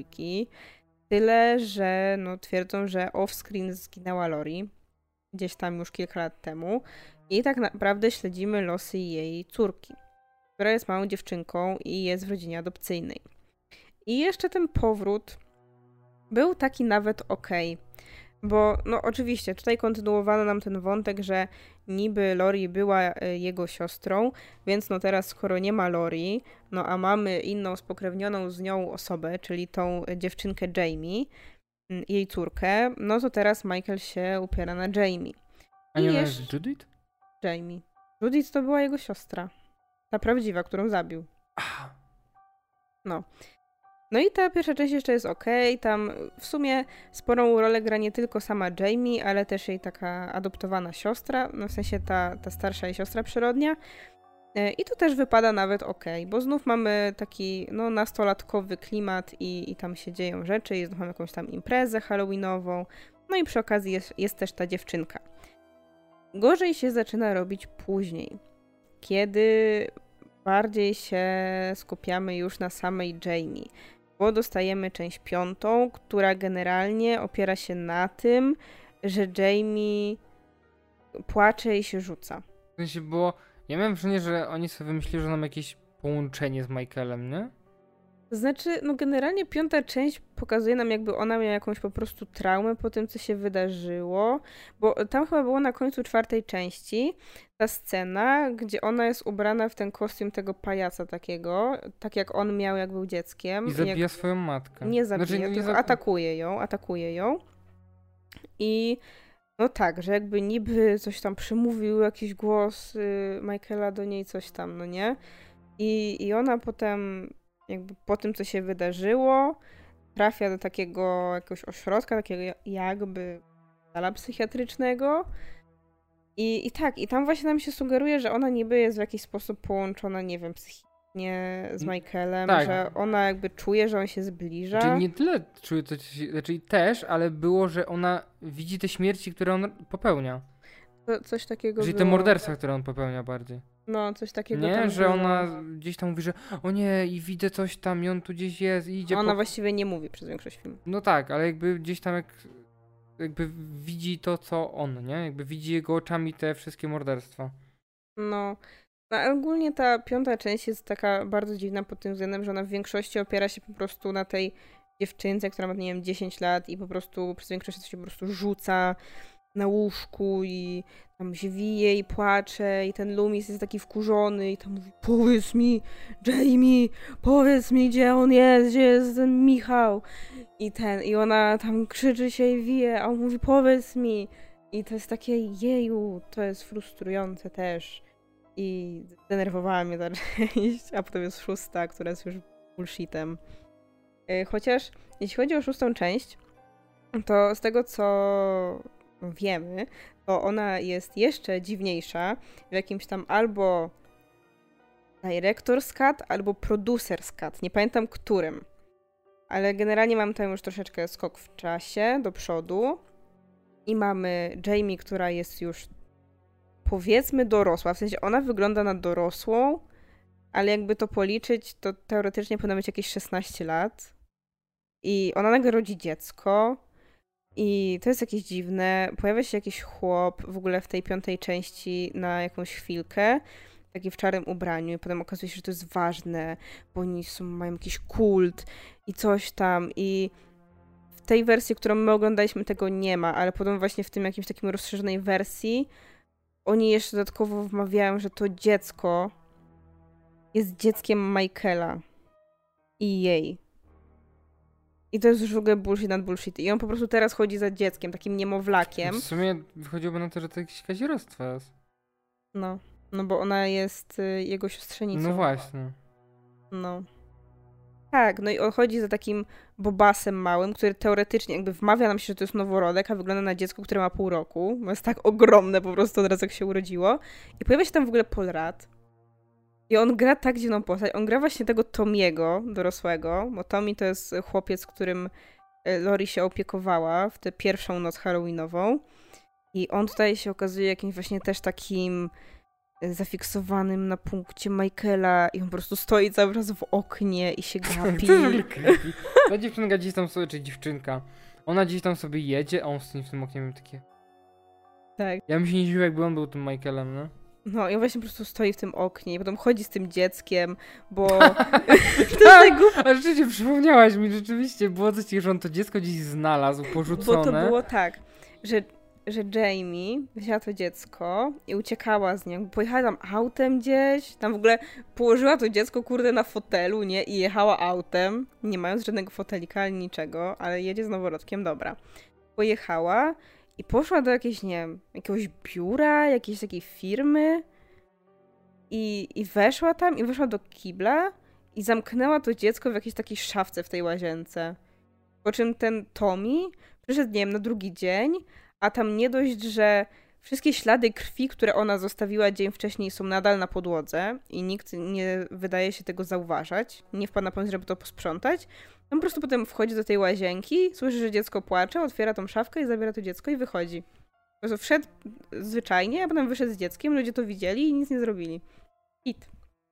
Tyle, że no, twierdzą, że off-screen zginęła Lori gdzieś tam już kilka lat temu i tak naprawdę śledzimy losy jej córki, która jest małą dziewczynką i jest w rodzinie adopcyjnej. I jeszcze ten powrót był taki nawet okej. Bo no oczywiście tutaj kontynuowano nam ten wątek, że niby Lori była jego siostrą, więc no teraz skoro nie ma Lori, no a mamy inną spokrewnioną z nią osobę, czyli tą dziewczynkę Jamie, jej córkę, no to teraz Michael się upiera na Jamie. A nie jest Judith? Jamie. Judith to była jego siostra. Ta prawdziwa, którą zabił. No. No i ta pierwsza część jeszcze jest okej. Tam w sumie sporą rolę gra nie tylko sama Jamie, ale też jej taka adoptowana siostra, no w sensie ta starsza jej siostra przyrodnia. I to też wypada nawet okej, bo znów mamy taki no nastolatkowy klimat i tam się dzieją rzeczy, i znów mamy jakąś tam imprezę halloweenową, no i przy okazji jest też ta dziewczynka. Gorzej się zaczyna robić później, kiedy bardziej się skupiamy już na samej Jamie, bo dostajemy część 5, która generalnie opiera się na tym, że Jamie płacze i się rzuca. W sensie było... Ja miałem wrażenie, że oni sobie wymyślili, że nam jakieś połączenie z Michaelem, nie? Znaczy, no generalnie 5. część pokazuje nam, jakby ona miała jakąś po prostu traumę po tym, co się wydarzyło, bo tam chyba było na końcu 4. części ta scena, gdzie ona jest ubrana w ten kostium tego pajaca takiego, tak jak on miał, jak był dzieckiem. I zabija swoją matkę. Nie zabija, tylko atakuje ją. I no tak, że jakby niby coś tam przemówił, jakiś głos Michaela do niej, coś tam, no nie? I ona potem, jakby po tym, co się wydarzyło, trafia do takiego jakiegoś ośrodka, takiego jakby szpitala psychiatrycznego. I tak, i tam właśnie nam się sugeruje, że ona niby jest w jakiś sposób połączona, nie wiem, psychicznie z Michaelem, tak, że ona jakby czuje, że on się zbliża. Czyli nie tyle czuje to, znaczy też, ale było, że ona widzi te śmierci, które on popełnia. Coś takiego czyli było. te morderstwa, które on popełnia bardziej. No, coś takiego nie, tam że było. ona gdzieś tam mówi, że o nie, i widzę coś tam, i on tu gdzieś jest, i idzie. Ona właściwie nie mówi przez większość filmu. No tak, ale jakby gdzieś tam jakby widzi to, co on, nie? Jakby widzi jego oczami te wszystkie morderstwa. No, a ogólnie ta 5. część jest taka bardzo dziwna pod tym względem, że ona w większości opiera się po prostu na tej dziewczynce, która ma, nie wiem, 10 lat i po prostu przez większość czasu się po prostu rzuca na łóżku i tam się wije i płacze i ten Loomis jest taki wkurzony i tam mówi: powiedz mi, Jamie, powiedz mi, gdzie on jest, gdzie jest ten Michał. I ona tam krzyczy się i wije, a on mówi: powiedz mi. I to jest takie, jeju, to jest frustrujące też. I zdenerwowała mnie ta część, a potem jest 6, która jest już bullshitem. Chociaż jeśli chodzi o 6 część, to z tego co wiemy, to ona jest jeszcze dziwniejsza w jakimś tam albo Director's Cut, albo Producer's Cut. Nie pamiętam którym. Ale generalnie mamy tam już troszeczkę skok w czasie do przodu. I mamy Jamie, która jest już powiedzmy dorosła. W sensie ona wygląda na dorosłą, ale jakby to policzyć, to teoretycznie powinna mieć jakieś 16 lat. I ona nagle rodzi dziecko. I to jest jakieś dziwne. Pojawia się jakiś chłop w ogóle w tej 5. części na jakąś chwilkę. Taki w czarnym ubraniu. I potem okazuje się, że to jest ważne, bo oni mają jakiś kult i coś tam. I w tej wersji, którą my oglądaliśmy, tego nie ma, ale potem właśnie w tym jakimś takim rozszerzonej wersji oni jeszcze dodatkowo wmawiają, że to dziecko jest dzieckiem Michaela i jej. I to jest już w ogóle bullshit nad bullshit. I on po prostu teraz chodzi za dzieckiem, takim niemowlakiem. W sumie wychodziłoby na to, że to jakieś kazirodztwo jest. No bo ona jest jego siostrzenicą. No właśnie. No. Tak, no i on chodzi za takim bobasem małym, który teoretycznie jakby wmawia nam się, że to jest noworodek, a wygląda na dziecko, które ma pół roku. Bo jest tak ogromne po prostu od razu, jak się urodziło. I pojawia się tam w ogóle Paul Rudd. I on gra tak dziwną postać. On gra właśnie tego Tomiego, dorosłego, bo Tommy to jest chłopiec, którym Lori się opiekowała w tę pierwszą noc halloweenową. I on tutaj się okazuje jakimś właśnie też takim zafiksowanym na punkcie Michaela i on po prostu stoi cały czas w oknie i się gapi. To jest creepy. Ta dziewczynka gdzieś tam sobie, czy dziewczynka, ona gdzieś tam sobie jedzie, a on stoi w tym oknie, miał takie... Tak. Ja bym się nie dziwił, jakby on był tym Michaelem, no. No i on właśnie po prostu stoi w tym oknie i potem chodzi z tym dzieckiem, bo... Tak, a rzeczywiście przypomniałaś mi, rzeczywiście było coś takiego, że on to dziecko gdzieś znalazł, porzucone. Bo to było tak, że Jamie wzięła to dziecko i uciekała z nim. Pojechała tam autem gdzieś, tam w ogóle położyła to dziecko, kurde, na fotelu, nie? I jechała autem, nie mając żadnego fotelika ani niczego, ale jedzie z noworodkiem, dobra. Pojechała i poszła do jakiejś, nie wiem, jakiegoś biura, jakiejś takiej firmy i weszła tam i weszła do kibla i zamknęła to dziecko w jakiejś takiej szafce w tej łazience. Po czym ten Tommy przyszedł, nie wiem, na drugi dzień, a tam nie dość, że wszystkie ślady krwi, które ona zostawiła dzień wcześniej, są nadal na podłodze i nikt nie wydaje się tego zauważać, nie wpadł na pomysł, żeby to posprzątać. On po prostu potem wchodzi do tej łazienki, słyszy, że dziecko płacze, otwiera tą szafkę i zabiera to dziecko i wychodzi. Po prostu wszedł zwyczajnie, a potem wyszedł z dzieckiem, ludzie to widzieli i nic nie zrobili. Hit.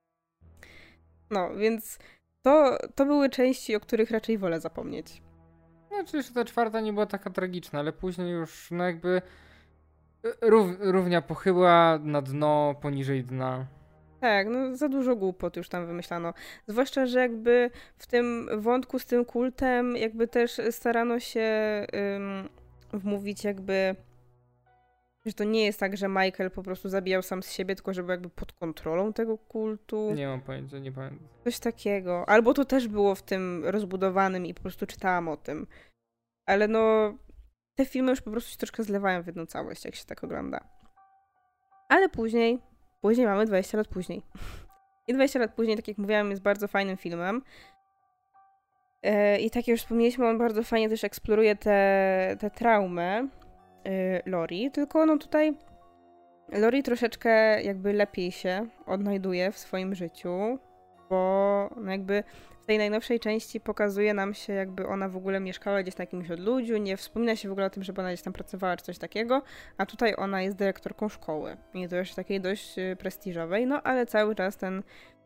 No, więc to były części, o których raczej wolę zapomnieć. Znaczy, że ta 4 nie była taka tragiczna, ale później już, no jakby równia pochyła na dno, poniżej dna. Tak, no za dużo głupot już tam wymyślano. Zwłaszcza, że jakby w tym wątku z tym kultem jakby też starano się wmówić jakby, że to nie jest tak, że Michael po prostu zabijał sam z siebie, tylko żeby jakby pod kontrolą tego kultu. Nie mam pojęcia, nie pamiętam. Coś takiego. Albo to też było w tym rozbudowanym i po prostu czytałam o tym. Ale no, te filmy już po prostu się troszkę zlewają w jedną całość, jak się tak ogląda. Ale później mamy 20 lat później. I 20 lat później, tak jak mówiłam, jest bardzo fajnym filmem. I tak jak już wspomnieliśmy, on bardzo fajnie też eksploruje tę traumę Lori, tylko no tutaj Lori troszeczkę jakby lepiej się odnajduje w swoim życiu, bo no jakby w tej najnowszej części pokazuje nam się, jakby ona w ogóle mieszkała gdzieś na jakimś odludziu, nie wspomina się w ogóle o tym, żeby ona gdzieś tam pracowała czy coś takiego, a tutaj ona jest dyrektorką szkoły i to już takiej dość prestiżowej, no ale cały czas ten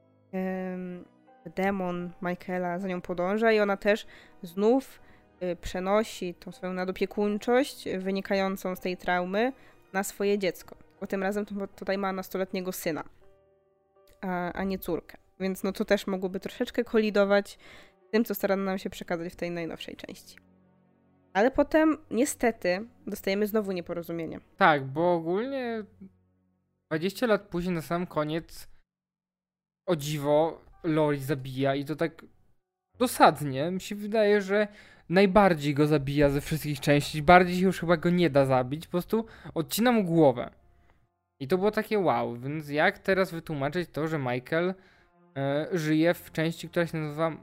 demon Michaela za nią podąża i ona też znów przenosi tą swoją nadopiekuńczość wynikającą z tej traumy na swoje dziecko. Bo tym razem tutaj ma nastoletniego syna, a nie córkę. Więc no to też mogłoby troszeczkę kolidować z tym, co starano nam się przekazać w tej najnowszej części. Ale potem, niestety, dostajemy znowu nieporozumienie. Tak, bo ogólnie 20 lat później na sam koniec o dziwo Lori zabija i to tak dosadnie. Mi się wydaje, że najbardziej go zabija ze wszystkich części. Bardziej się już chyba go nie da zabić. Po prostu odcina mu głowę. I to było takie wow. Więc jak teraz wytłumaczyć to, że Michael żyje w części, która się nazywa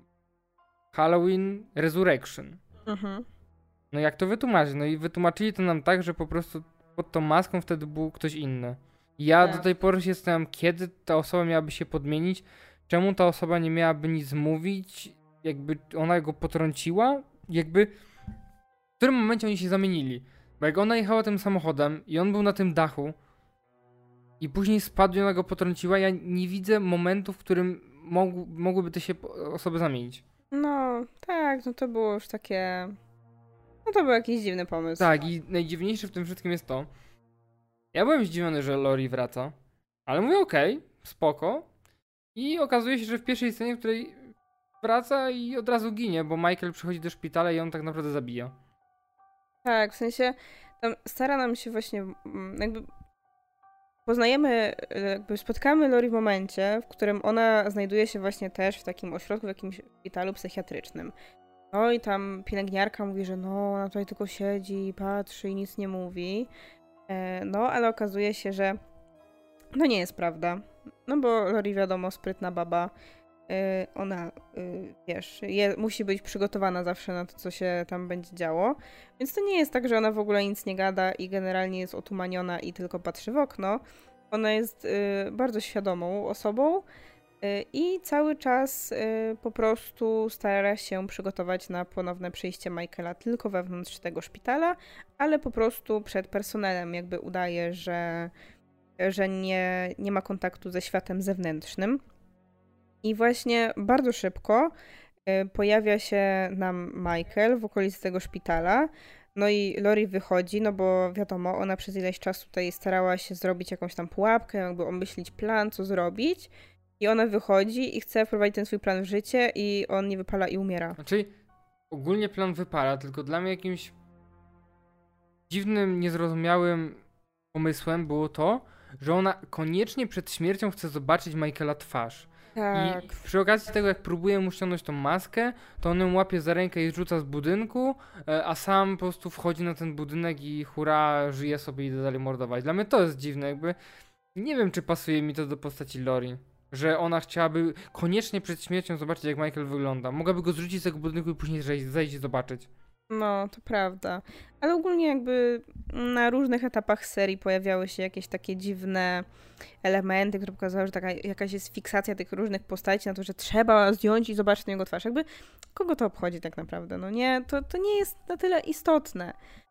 Halloween Resurrection? No jak to wytłumaczyć? No i wytłumaczyli to nam tak, że po prostu pod tą maską wtedy był ktoś inny. I ja do tej pory się zastanawiam, kiedy ta osoba miałaby się podmienić, czemu ta osoba nie miałaby nic mówić, jakby ona go potrąciła, jakby w którym momencie oni się zamienili. Bo jak ona jechała tym samochodem i on był na tym dachu i później spadł i ona go potrąciła, ja nie widzę momentu, w którym mogłyby te się osoby zamienić. No, tak, no to było już takie... No to był jakiś dziwny pomysł. Tak, i najdziwniejsze w tym wszystkim jest to, ja byłem zdziwiony, że Lori wraca, ale mówię okej, spoko. I okazuje się, że w pierwszej scenie, w której wraca i od razu ginie, bo Michael przychodzi do szpitala i on tak naprawdę zabija. Tak, w sensie tam stara nam się właśnie jakby poznajemy, jakby spotkamy Lori w momencie, w którym ona znajduje się właśnie też w takim ośrodku, w jakimś szpitalu psychiatrycznym. No i tam pielęgniarka mówi, że no, ona tutaj tylko siedzi, patrzy i nic nie mówi. No, ale okazuje się, że no nie jest prawda. No bo Lori, wiadomo, sprytna baba, ona, wiesz, musi być przygotowana zawsze na to, co się tam będzie działo. Więc to nie jest tak, że ona w ogóle nic nie gada i generalnie jest otumaniona i tylko patrzy w okno. Ona jest bardzo świadomą osobą i cały czas po prostu stara się przygotować na ponowne przyjście Michaela tylko wewnątrz tego szpitala, ale po prostu przed personelem jakby udaje, że nie ma kontaktu ze światem zewnętrznym. I właśnie bardzo szybko pojawia się nam Michael w okolicy tego szpitala. No i Lori wychodzi, no bo wiadomo, ona przez ileś czasu tutaj starała się zrobić jakąś tam pułapkę, jakby omyślić plan, co zrobić. I ona wychodzi i chce wprowadzić ten swój plan w życie i on nie wypala i umiera. Znaczy, ogólnie plan wypala, tylko dla mnie jakimś dziwnym, niezrozumiałym pomysłem było to, że ona koniecznie przed śmiercią chce zobaczyć Michaela twarz. Tak. I przy okazji tego, jak próbuje mu ściągnąć tą maskę, to on ją łapie za rękę i rzuca z budynku, a sam po prostu wchodzi na ten budynek i hurra, żyje sobie i idzie dalej mordować. Dla mnie to jest dziwne, jakby nie wiem, czy pasuje mi to do postaci Lori. Że ona chciałaby koniecznie przed śmiercią zobaczyć, jak Michael wygląda. Mogłaby go zrzucić z tego budynku i później zejść i zobaczyć. No, to prawda. Ale ogólnie jakby na różnych etapach serii pojawiały się jakieś takie dziwne elementy, które pokazały, że jakaś jest fiksacja tych różnych postaci na to, że trzeba zdjąć i zobaczyć na jego twarz. Jakby kogo to obchodzi tak naprawdę? No nie, to nie jest na tyle istotne.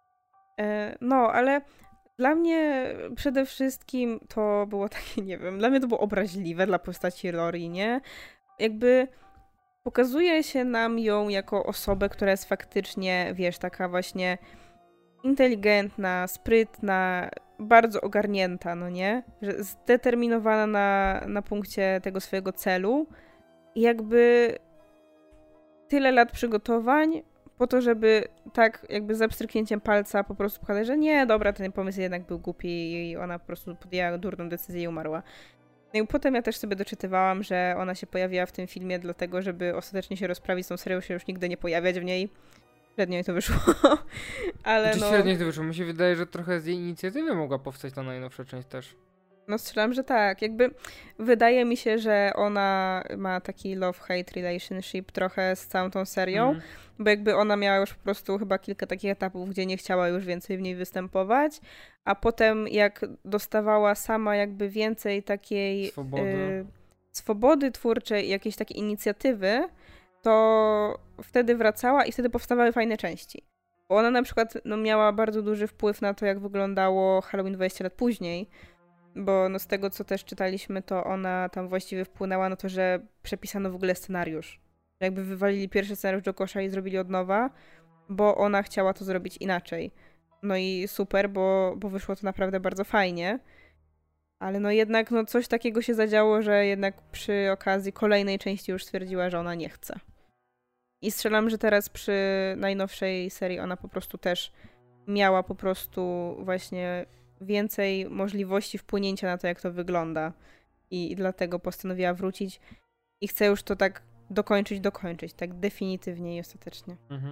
No, ale dla mnie przede wszystkim to było takie, nie wiem, dla mnie to było obraźliwe dla postaci Lori, nie? Jakby pokazuje się nam ją jako osobę, która jest faktycznie, wiesz, taka właśnie inteligentna, sprytna, bardzo ogarnięta, no nie? Że zdeterminowana na punkcie tego swojego celu i jakby tyle lat przygotowań po to, żeby tak jakby za pstryknięciem palca po prostu pokazać, że nie, dobra, ten pomysł jednak był głupi i ona po prostu podjęła durną decyzję i umarła. No i potem ja też sobie doczytywałam, że ona się pojawiła w tym filmie dlatego, żeby ostatecznie się rozprawić z tą serią, się już nigdy nie pojawiać w niej. Średnio jej to wyszło. Ale Znaczy, no... średnio jej to wyszło. Mi się wydaje, że trochę z jej inicjatywy mogła powstać ta najnowsza część też. No strzelam, że tak. Jakby wydaje mi się, że ona ma taki love-hate relationship trochę z całą tą serią, bo jakby ona miała już po prostu chyba kilka takich etapów, gdzie nie chciała już więcej w niej występować, a potem jak dostawała sama jakby więcej takiej swobody twórczej, jakiejś takiej inicjatywy, to wtedy wracała i wtedy powstawały fajne części. Bo ona na przykład no, miała bardzo duży wpływ na to, jak wyglądało Halloween 20 lat później, bo no z tego, co też czytaliśmy, to ona tam właściwie wpłynęła na to, że przepisano w ogóle scenariusz. Jakby wywalili pierwszy scenariusz do kosza i zrobili od nowa, bo ona chciała to zrobić inaczej. No i super, bo wyszło to naprawdę bardzo fajnie. Ale no jednak no coś takiego się zadziało, że jednak przy okazji kolejnej części już stwierdziła, że ona nie chce. I strzelam, że teraz przy najnowszej serii ona po prostu też miała po prostu właśnie więcej możliwości wpłynięcia na to, jak to wygląda. I dlatego postanowiła wrócić i chce już to tak dokończyć, tak definitywnie i ostatecznie.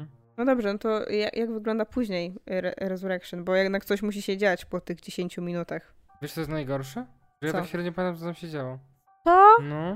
No dobrze, no to jak wygląda później Resurrection? Bo jednak coś musi się dziać po tych 10 minutach. Wiesz, co jest najgorsze? Że ja Co? tak średnio pamiętam, co tam się działo. To? No.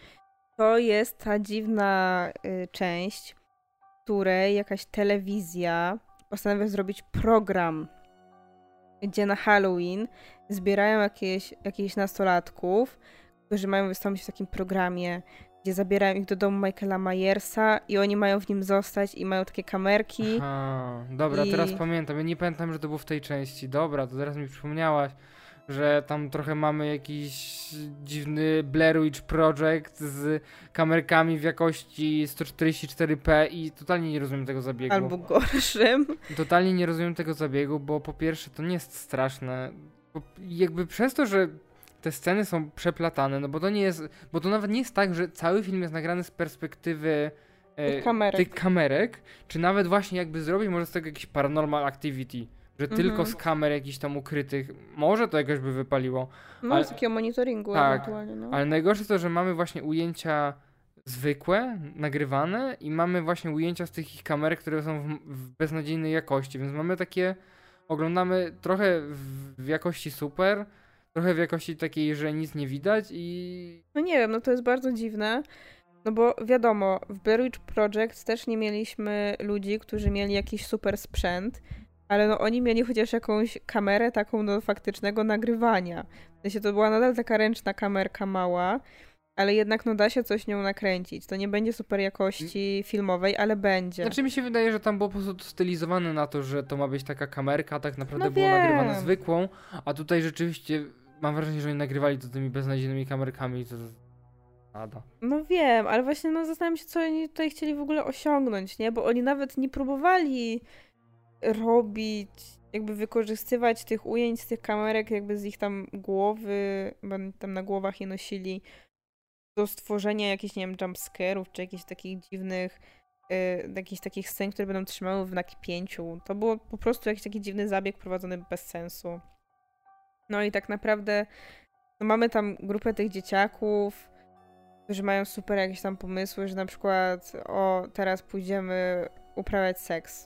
To jest ta dziwna część, w której jakaś telewizja postanawia zrobić program, gdzie na Halloween zbierają jakichś nastolatków, którzy mają wystąpić w takim programie, gdzie zabierają ich do domu Michaela Myersa i oni mają w nim zostać i mają takie kamerki. Aha, dobra, teraz pamiętam. Ja nie pamiętam, że to było w tej części. Dobra, to teraz mi przypomniałaś, że tam trochę mamy jakiś dziwny Blair Witch Project z kamerkami w jakości 144p i totalnie nie rozumiem tego zabiegu. Albo gorszym. Totalnie nie rozumiem tego zabiegu, bo po pierwsze to nie jest straszne. Bo jakby przez to, że te sceny są przeplatane, no bo to nie jest, bo to nawet nie jest tak, że cały film jest nagrany z perspektywy tych kamerek, czy nawet właśnie jakby zrobić może z tego jakiś paranormal activity, że tylko z kamer jakichś tam ukrytych, może to jakoś by wypaliło. No, ale, z takiego monitoringu tak, ewentualnie, no. Ale najgorsze jest to, że mamy właśnie ujęcia zwykłe, nagrywane i mamy właśnie ujęcia z tych ich kamer, które są w beznadziejnej jakości, więc mamy takie, oglądamy trochę w jakości super, trochę w jakości takiej, że nic nie widać i... No nie wiem, no to jest bardzo dziwne, no bo wiadomo, w Blair Witch Project też nie mieliśmy ludzi, którzy mieli jakiś super sprzęt, ale no oni mieli chociaż jakąś kamerę taką do faktycznego nagrywania. W sensie to była nadal taka ręczna kamerka mała, ale jednak no da się coś nią nakręcić. To nie będzie super jakości filmowej, ale będzie. Znaczy mi się wydaje, że tam było po prostu stylizowane na to, że to ma być taka kamerka, a tak naprawdę No było wiem. nagrywane zwykłą, a tutaj rzeczywiście mam wrażenie, że oni nagrywali to tymi beznadziejnymi kamerkami, to nada. No wiem, ale właśnie no zastanawiam się, co oni tutaj chcieli w ogóle osiągnąć, nie? Bo oni nawet nie próbowali robić, jakby wykorzystywać tych ujęć z tych kamerek, jakby z ich tam głowy, bo tam na głowach je nosili, do stworzenia jakichś, nie wiem, jumpscare'ów, czy jakichś takich dziwnych, jakichś takich scen, które będą trzymały w napięciu. To było po prostu jakiś taki dziwny zabieg prowadzony bez sensu. No i tak naprawdę no mamy tam grupę tych dzieciaków, którzy mają super jakieś tam pomysły, że na przykład teraz pójdziemy uprawiać seks.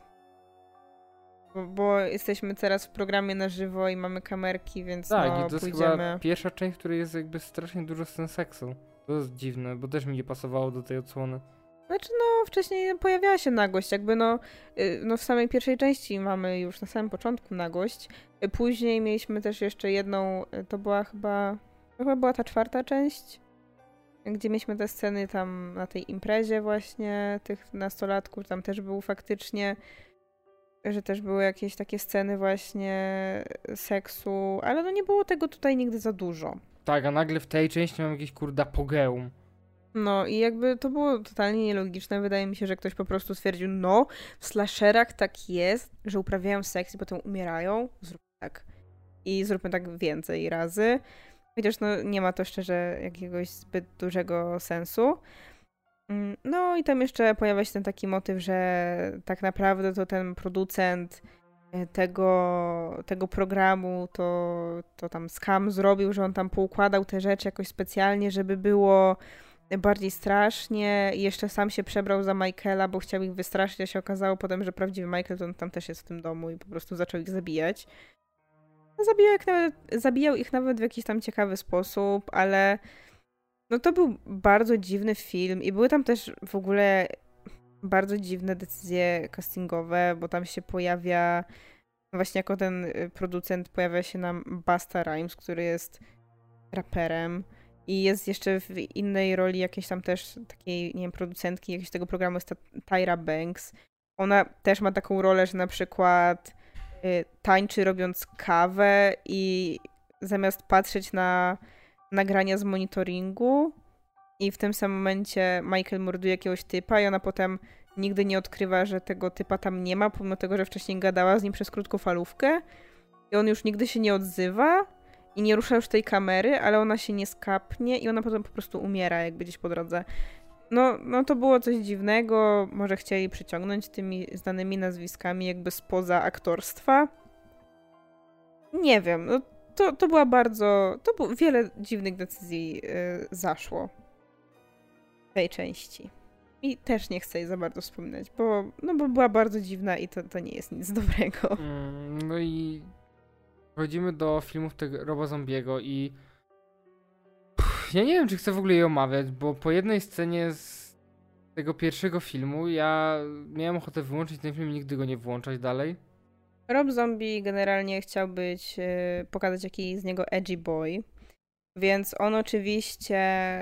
Bo jesteśmy teraz w programie na żywo i mamy kamerki, więc tak, no i to jest pójdziemy. chyba pierwsza część, w której jest jakby strasznie dużo scen seksu. To jest dziwne, bo też mi nie pasowało do tej odsłony. Znaczy no, wcześniej pojawiała się nagość, jakby no w samej pierwszej części mamy już na samym początku nagość. Później mieliśmy też jeszcze jedną, to chyba była ta 4. część, gdzie mieliśmy te sceny tam na tej imprezie właśnie, tych nastolatków, tam też był faktycznie, że też były jakieś takie sceny właśnie seksu, ale no nie było tego tutaj nigdy za dużo. Tak, a nagle w tej części mam jakieś kurde apogeum. No i jakby to było totalnie nielogiczne. Wydaje mi się, że ktoś po prostu stwierdził, no w slasherach tak jest, że uprawiają seks i potem umierają. Zróbmy tak. I zróbmy tak więcej razy. Chociaż no nie ma to szczerze jakiegoś zbyt dużego sensu. No i tam jeszcze pojawia się ten taki motyw, że tak naprawdę to ten producent tego programu to tam Scam zrobił, że on tam poukładał te rzeczy jakoś specjalnie, żeby było bardziej strasznie i jeszcze sam się przebrał za Michaela, bo chciał ich wystraszyć, a się okazało potem, że prawdziwy Michael to on tam też jest w tym domu i po prostu zaczął ich zabijać. Zabijał ich nawet w jakiś tam ciekawy sposób, ale no to był bardzo dziwny film i były tam też w ogóle bardzo dziwne decyzje castingowe, bo tam się pojawia, właśnie jako ten producent pojawia się nam Busta Rhymes, który jest raperem i jest jeszcze w innej roli jakiejś tam też takiej, nie wiem, producentki jakiegoś tego programu jest ta Tyra Banks. Ona też ma taką rolę, że na przykład tańczy robiąc kawę i zamiast patrzeć na nagrania z monitoringu i w tym samym momencie Michael morduje jakiegoś typa i ona potem nigdy nie odkrywa, że tego typa tam nie ma, pomimo tego, że wcześniej gadała z nim przez krótkofalówkę i on już nigdy się nie odzywa i nie rusza już tej kamery, ale ona się nie skapnie i ona potem po prostu umiera jakby gdzieś po drodze. No to było coś dziwnego, może chcieli przyciągnąć tymi znanymi nazwiskami jakby spoza aktorstwa. Nie wiem, no to była wiele dziwnych decyzji zaszło w tej części. I też nie chcę jej za bardzo wspominać, bo była bardzo dziwna i to nie jest nic dobrego. No i wchodzimy do filmów tego Roba Zombiego i ja nie wiem, czy chcę w ogóle je omawiać, bo po jednej scenie z tego pierwszego filmu ja miałem ochotę wyłączyć ten film i nigdy go nie włączać dalej. Rob Zombie generalnie chciał pokazać jaki z niego edgy boy, więc on oczywiście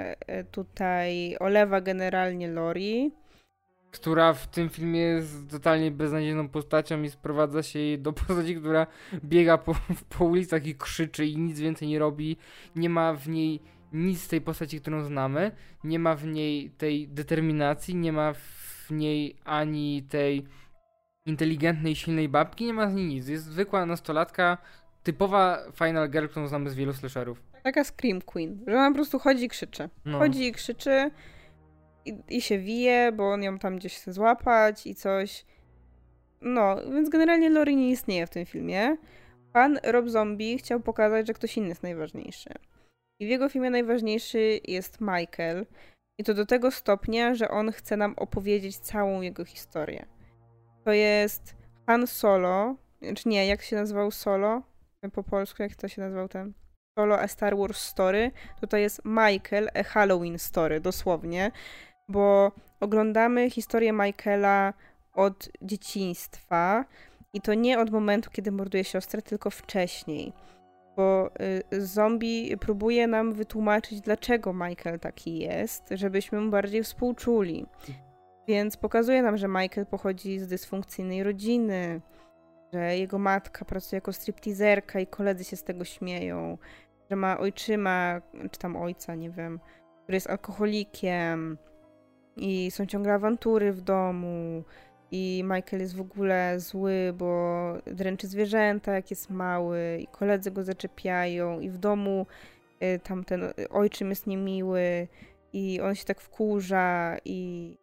tutaj olewa generalnie Lori. Która w tym filmie jest totalnie beznadziejną postacią i sprowadza się jej do postaci, która biega po ulicach i krzyczy i nic więcej nie robi. Nie ma w niej nic z tej postaci, którą znamy. Nie ma w niej tej determinacji, nie ma w niej ani tej inteligentnej, silnej babki, nie ma z niej nic. Jest zwykła nastolatka, typowa final girl, którą znamy z wielu slasherów. Taka Scream Queen, że ona po prostu chodzi i krzyczy. No. Chodzi i krzyczy i się wije, bo on ją tam gdzieś chce złapać i coś. No, więc generalnie Lori nie istnieje w tym filmie. Pan Rob Zombie chciał pokazać, że ktoś inny jest najważniejszy. I w jego filmie najważniejszy jest Michael. I to do tego stopnia, że on chce nam opowiedzieć całą jego historię. To jest Han Solo, czy nie, jak się nazywał Solo? Po polsku, jak to się nazywał ten? Solo A Star Wars Story. To jest Michael A Halloween Story, dosłownie. Bo oglądamy historię Michaela od dzieciństwa i to nie od momentu, kiedy morduje siostrę, tylko wcześniej. Bo zombie próbuje nam wytłumaczyć, dlaczego Michael taki jest, żebyśmy mu bardziej współczuli. Więc pokazuje nam, że Michael pochodzi z dysfunkcyjnej rodziny, że jego matka pracuje jako stripteaserka i koledzy się z tego śmieją, że ma ojczyma, czy tam ojca, nie wiem, który jest alkoholikiem i są ciągle awantury w domu i Michael jest w ogóle zły, bo dręczy zwierzęta, jak jest mały i koledzy go zaczepiają i w domu tam ten ojczym jest niemiły i on się tak wkurza i...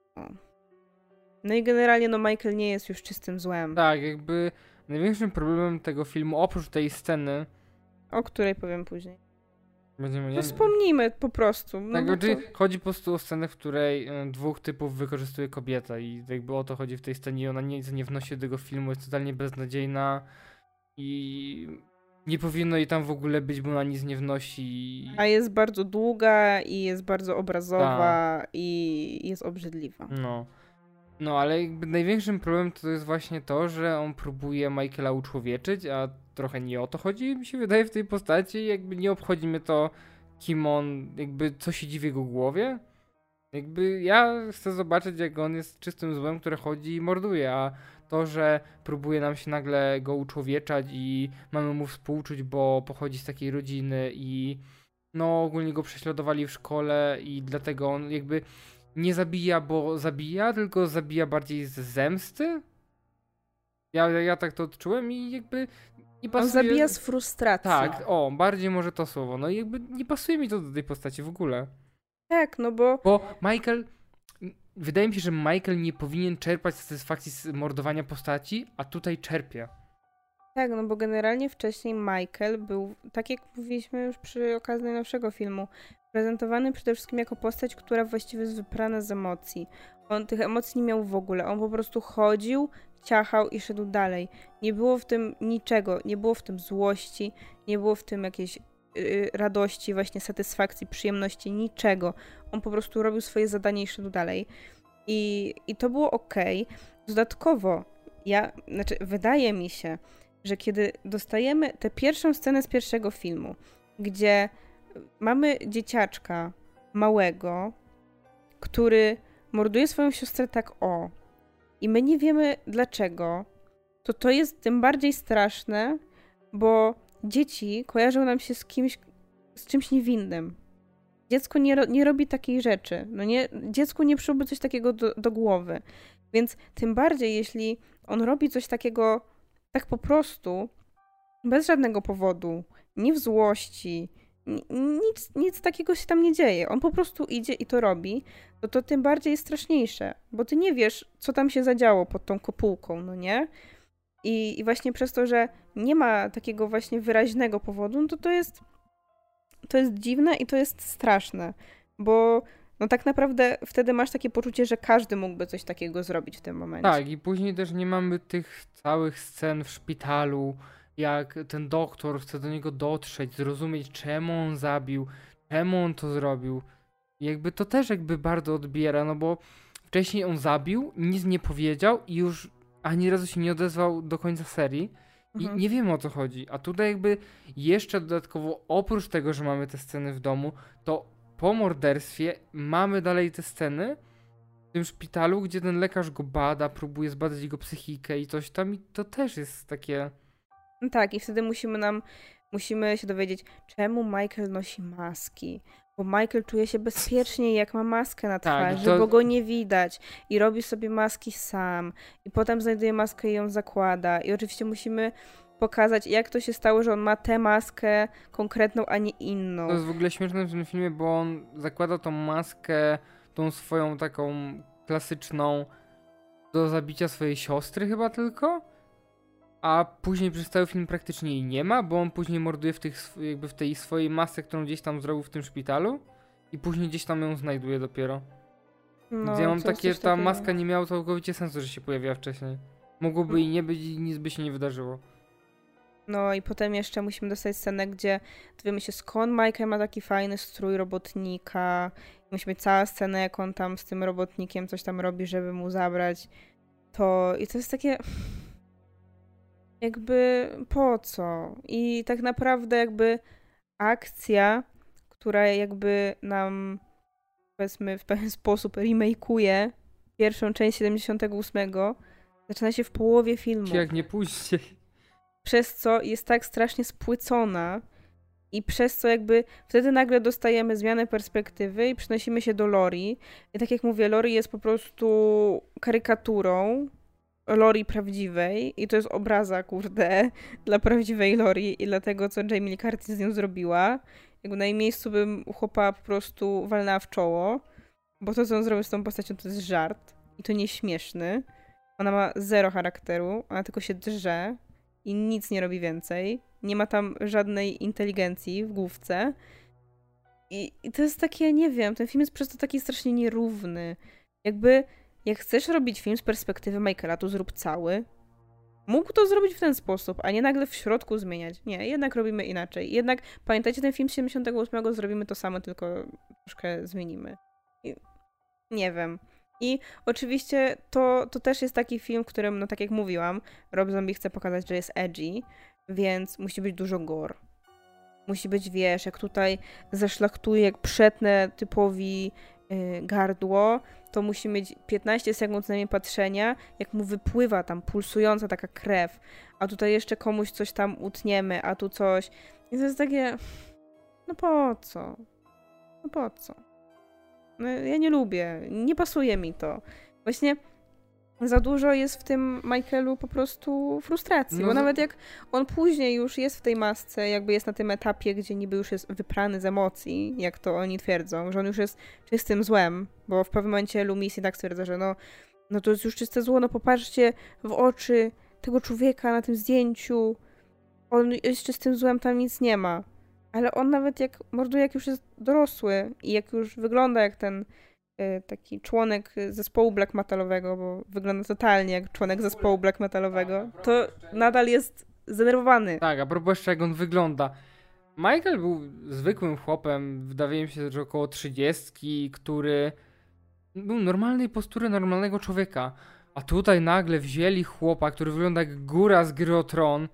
No i generalnie Michael nie jest już czystym złem. Tak, jakby największym problemem tego filmu, oprócz tej sceny, o której powiem później. będziemy... Wspomnijmy po prostu. Tak, chodzi po prostu o scenę, w której dwóch typów wykorzystuje kobietę i jakby o to chodzi w tej scenie i ona nic nie wnosi do tego filmu, jest totalnie beznadziejna i nie powinno jej tam w ogóle być, bo ona nic nie wnosi. A jest bardzo długa i jest bardzo obrazowa i jest obrzydliwa. No, ale jakby największym problemem to jest właśnie to, że on próbuje Michaela uczłowieczyć, a trochę nie o to chodzi, mi się wydaje, w tej postaci. Jakby nie obchodzi mnie to, kim on, jakby co siedzi w jego głowie. Jakby ja chcę zobaczyć, jak on jest czystym złem, które chodzi i morduje, a to, że próbuje nam się nagle go uczłowieczać i mamy mu współczuć, bo pochodzi z takiej rodziny i no ogólnie go prześladowali w szkole i dlatego on jakby nie zabija, bo zabija, tylko zabija bardziej z zemsty. Ja tak to odczułem i jakby nie pasuje... On zabija z frustracji. Tak, bardziej może to słowo. No i jakby nie pasuje mi to do tej postaci w ogóle. Tak, no bo... Bo Michael... Wydaje mi się, że Michael nie powinien czerpać satysfakcji z mordowania postaci, a tutaj czerpie. Tak, no bo generalnie wcześniej Michael był, tak jak mówiliśmy już przy okazji najnowszego filmu, prezentowany przede wszystkim jako postać, która właściwie jest wyprana z emocji. On tych emocji nie miał w ogóle. On po prostu chodził, ciachał i szedł dalej. Nie było w tym niczego. Nie było w tym złości, nie było w tym jakiejś radości, właśnie satysfakcji, przyjemności, niczego. On po prostu robił swoje zadanie i szedł dalej. I to było okej. Dodatkowo, wydaje mi się, że kiedy dostajemy tę pierwszą scenę z pierwszego filmu, gdzie mamy dzieciaczka małego, który morduje swoją siostrę tak i my nie wiemy dlaczego, to jest tym bardziej straszne, bo dzieci kojarzą nam się z czymś niewinnym. Dziecko nie robi takiej rzeczy. No nie, dziecku nie przyszłoby coś takiego do głowy. Więc tym bardziej, jeśli on robi coś takiego tak po prostu, bez żadnego powodu, nie w złości, nic takiego się tam nie dzieje. On po prostu idzie i to robi, to tym bardziej jest straszniejsze, bo ty nie wiesz, co tam się zadziało pod tą kopułką, no nie? I właśnie przez to, że nie ma takiego właśnie wyraźnego powodu, to jest dziwne i to jest straszne, bo no tak naprawdę wtedy masz takie poczucie, że każdy mógłby coś takiego zrobić w tym momencie. Tak, i później też nie mamy tych całych scen w szpitalu, jak ten doktor chce do niego dotrzeć, zrozumieć czemu on zabił, czemu on to zrobił. I jakby to też jakby bardzo odbiera, no bo wcześniej on zabił, nic nie powiedział i już ani razu się nie odezwał do końca serii. I nie wiemy o co chodzi. A tutaj jakby jeszcze dodatkowo oprócz tego, że mamy te sceny w domu, to po morderstwie mamy dalej te sceny w tym szpitalu, gdzie ten lekarz go bada, próbuje zbadać jego psychikę i coś tam i to też jest takie... No tak, i wtedy musimy się dowiedzieć, czemu Michael nosi maski. Bo Michael czuje się bezpiecznie, jak ma maskę na twarzy, bo go nie widać. I robi sobie maski sam. I potem znajduje maskę i ją zakłada. I oczywiście musimy pokazać, jak to się stało, że on ma tę maskę konkretną, a nie inną. To jest w ogóle śmieszne w tym filmie, bo on zakłada tą maskę, tą swoją taką klasyczną do zabicia swojej siostry chyba tylko. A później przez cały film praktycznie jej nie ma, bo on później morduje jakby w tej swojej masce, którą gdzieś tam zrobił w tym szpitalu i później gdzieś tam ją znajduje dopiero. No, Więc ja mam coś takie, ta takiego. maska nie miała całkowicie sensu, że się pojawiła wcześniej. Mogłoby jej nie być i nic by się nie wydarzyło. No i potem jeszcze musimy dostać scenę, gdzie dowiemy się, skąd Michael ma taki fajny strój robotnika. Musi mieć cała scena, jak on tam z tym robotnikiem coś tam robi, żeby mu zabrać to. I to jest takie... Jakby po co? I tak naprawdę jakby akcja, która jakby nam powiedzmy w pewien sposób remake'uje pierwszą część 78, zaczyna się w połowie filmu. Czy jak nie później. Przez co jest tak strasznie spłycona i przez co jakby wtedy nagle dostajemy zmianę perspektywy i przenosimy się do Lori. I tak jak mówię, Lori jest po prostu karykaturą Lori prawdziwej i to jest obraza, kurde, dla prawdziwej Lori i dla tego, co Jamie Lee Curtis z nią zrobiła. Jakby na jej miejscu bym chłopa po prostu walnęła w czoło, bo to, co on zrobił z tą postacią, to jest żart i to nieśmieszny. Ona ma zero charakteru, ona tylko się drze i nic nie robi więcej. Nie ma tam żadnej inteligencji w główce. I to jest takie, nie wiem, ten film jest przez to taki strasznie nierówny. Jakby, jak chcesz robić film z perspektywy Michaela, to zrób cały. Mógł to zrobić w ten sposób, a nie nagle w środku zmieniać. Nie, jednak robimy inaczej. Jednak pamiętajcie, ten film z 78 zrobimy to samo, tylko troszkę zmienimy. I nie wiem. I oczywiście to też jest taki film, w którym, no tak jak mówiłam, Rob Zombie chce pokazać, że jest edgy, więc musi być dużo gore. Musi być, wiesz, jak tutaj zaszlachtuje, jak przetnę typowi gardło, to musi mieć 15 sekund na mnie patrzenia, jak mu wypływa tam pulsująca taka krew, a tutaj jeszcze komuś coś tam utniemy, a tu coś. I to jest takie, no po co? No po co? No, ja nie lubię, nie pasuje mi to. Właśnie za dużo jest w tym Michaelu po prostu frustracji, No bo nawet jak on później już jest w tej masce, jakby jest na tym etapie, gdzie niby już jest wyprany z emocji, jak to oni twierdzą, że on już jest czystym złem, bo w pewnym momencie Loomis i tak stwierdza, że no to jest już czyste zło, no popatrzcie w oczy tego człowieka na tym zdjęciu, on jest czystym złem, tam nic nie ma. Ale on nawet jak morduje, jak już jest dorosły i jak już wygląda jak ten taki członek zespołu black metalowego, bo wygląda totalnie jak członek zespołu black metalowego, to nadal jest zdenerwowany. Tak, a propos jeszcze jak on wygląda. Michael był zwykłym chłopem, wydaje mi się, że około 30, który był normalnej postury normalnego człowieka. A tutaj nagle wzięli chłopa, który wygląda jak góra z gry o Tron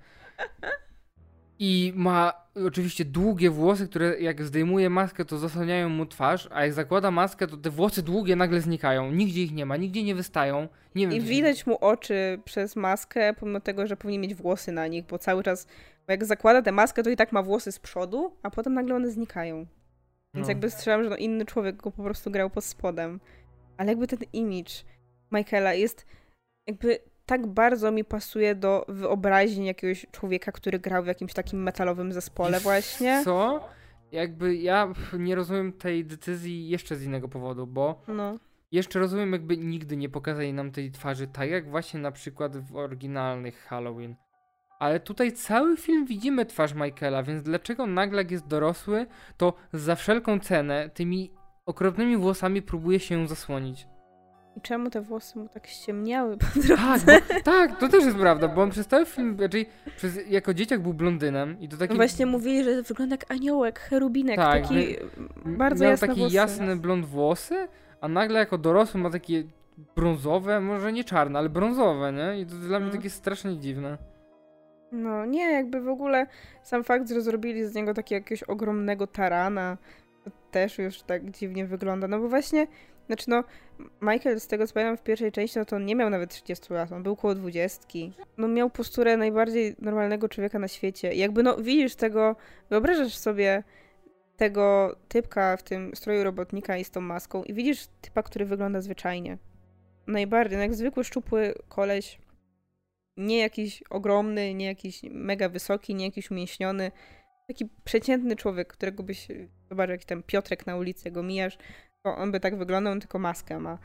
i ma oczywiście długie włosy, które jak zdejmuje maskę, to zasłaniają mu twarz, a jak zakłada maskę, to te włosy długie nagle znikają. Nigdzie ich nie ma, nigdzie nie wystają. Nie wiem, I widać mu oczy przez maskę, pomimo tego, że powinien mieć włosy na nich, bo cały czas, bo jak zakłada tę maskę, to i tak ma włosy z przodu, a potem nagle one znikają. Więc jakby strzelam, że inny człowiek go po prostu grał pod spodem. Ale jakby ten image Michaela jest jakby tak bardzo mi pasuje do wyobraźni jakiegoś człowieka, który grał w jakimś takim metalowym zespole właśnie. Co? Jakby ja nie rozumiem tej decyzji jeszcze z innego powodu, bo jeszcze rozumiem, jakby nigdy nie pokazali nam tej twarzy, tak jak właśnie na przykład w oryginalnych Halloween. Ale tutaj cały film widzimy twarz Michaela, więc dlaczego nagle jak jest dorosły, to za wszelką cenę tymi okropnymi włosami próbuje się ją zasłonić. I czemu te włosy mu tak ściemniały po drodze? Tak, to też jest prawda, bo on przez cały film, raczej jako dzieciak był blondynem i to taki... No właśnie mówili, że wygląda jak aniołek, cherubinek, Tak, taki bardzo miał jasne taki włosy. jasny blond włosy, a nagle jako dorosły ma takie brązowe, może nie czarne, ale brązowe, nie? I to dla mnie takie strasznie dziwne. No nie, jakby w ogóle sam fakt, że zrobili z niego takiego jakiegoś ogromnego tarana, to też już tak dziwnie wygląda. No bo właśnie, znaczy no, Michael, z tego co pamiętam w pierwszej części, no to on nie miał nawet 30 lat, on był koło 20. No miał posturę najbardziej normalnego człowieka na świecie. I jakby no widzisz tego, wyobrażasz sobie tego typka w tym stroju robotnika i z tą maską i widzisz typa, który wygląda zwyczajnie. Najbardziej, no jak zwykły szczupły koleś, nie jakiś ogromny, nie jakiś mega wysoki, nie jakiś umięśniony. Taki przeciętny człowiek, którego byś zobaczył, jakiś tam Piotrek na ulicy, go mijasz, to on by tak wyglądał, on tylko maskę ma.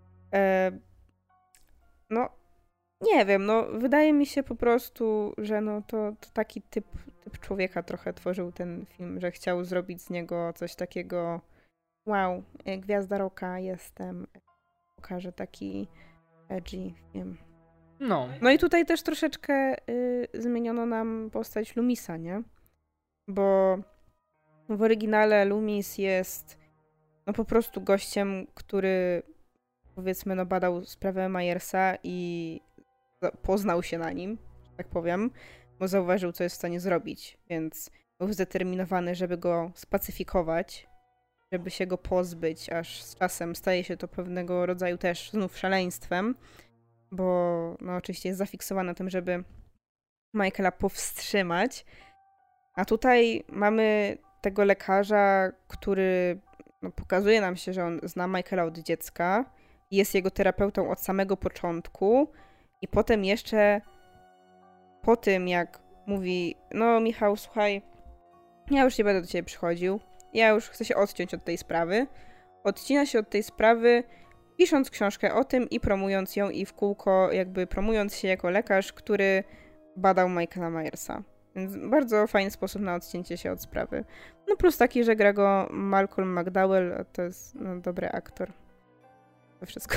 No, nie wiem, no wydaje mi się po prostu, że no to taki typ człowieka trochę tworzył ten film, że chciał zrobić z niego coś takiego wow, gwiazda rocka jestem, pokażę taki edgy film. No i tutaj też troszeczkę zmieniono nam postać Loomisa, nie? Bo w oryginale Loomis jest no po prostu gościem, który powiedzmy no badał sprawę Myersa i poznał się na nim, że tak powiem, bo zauważył, co jest w stanie zrobić, więc był zdeterminowany, żeby go spacyfikować, żeby się go pozbyć, aż z czasem staje się to pewnego rodzaju też znów szaleństwem, bo no oczywiście jest zafiksowany na tym, żeby Michaela powstrzymać. A tutaj mamy tego lekarza, który no, pokazuje nam się, że on zna Michaela od dziecka, jest jego terapeutą od samego początku i potem jeszcze po tym, jak mówi, no Michał, słuchaj, ja już nie będę do ciebie przychodził, ja już chcę się odciąć od tej sprawy. Odcina się od tej sprawy, pisząc książkę o tym i promując ją i w kółko jakby promując się jako lekarz, który badał Michaela Myersa. Więc bardzo fajny sposób na odcięcie się od sprawy. No plus taki, że gra go Malcolm McDowell, a to jest no, dobry aktor. To wszystko.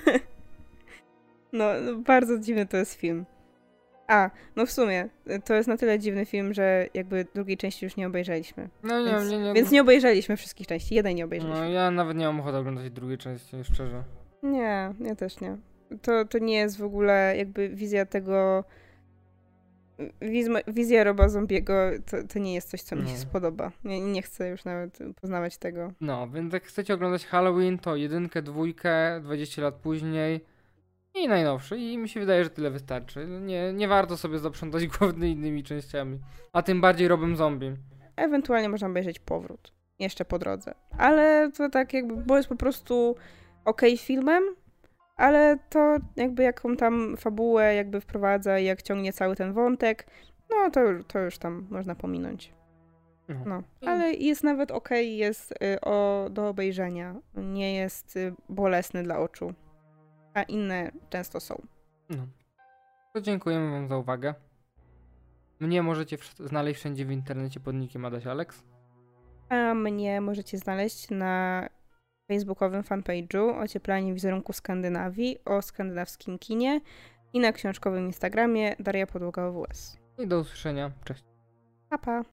No bardzo dziwny to jest film. A, no w sumie, to jest na tyle dziwny film, że jakby drugiej części już nie obejrzeliśmy. No nie. Więc nie obejrzeliśmy wszystkich części, jednej nie obejrzeliśmy. No ja nawet nie mam ochoty oglądać drugiej części, szczerze. Nie, ja też nie. To nie jest w ogóle jakby wizja tego... Wizja Roba Zombiego to nie jest coś, co mi się spodoba. Nie chcę już nawet poznawać tego. No, więc jak chcecie oglądać Halloween, to 1, 2, 20 lat później i najnowszy. I mi się wydaje, że tyle wystarczy. Nie warto sobie zaprzątać głowy innymi częściami. A tym bardziej Robem Zombie. Ewentualnie można obejrzeć Powrót. Jeszcze po drodze. Ale to tak jakby, bo jest po prostu okej filmem, ale to jakby jaką tam fabułę jakby wprowadza i jak ciągnie cały ten wątek, no to już tam można pominąć. No. Ale jest nawet okej, jest do obejrzenia. Nie jest bolesny dla oczu. A inne często są. No. To dziękujemy wam za uwagę. Mnie możecie znaleźć wszędzie w internecie pod nickiem Adaś Alex. A mnie możecie znaleźć na facebookowym fanpage'u Ocieplanie wizerunku Skandynawii o skandynawskim kinie i na książkowym Instagramie Daria Podłoga OWS. I do usłyszenia. Cześć. Pa, pa.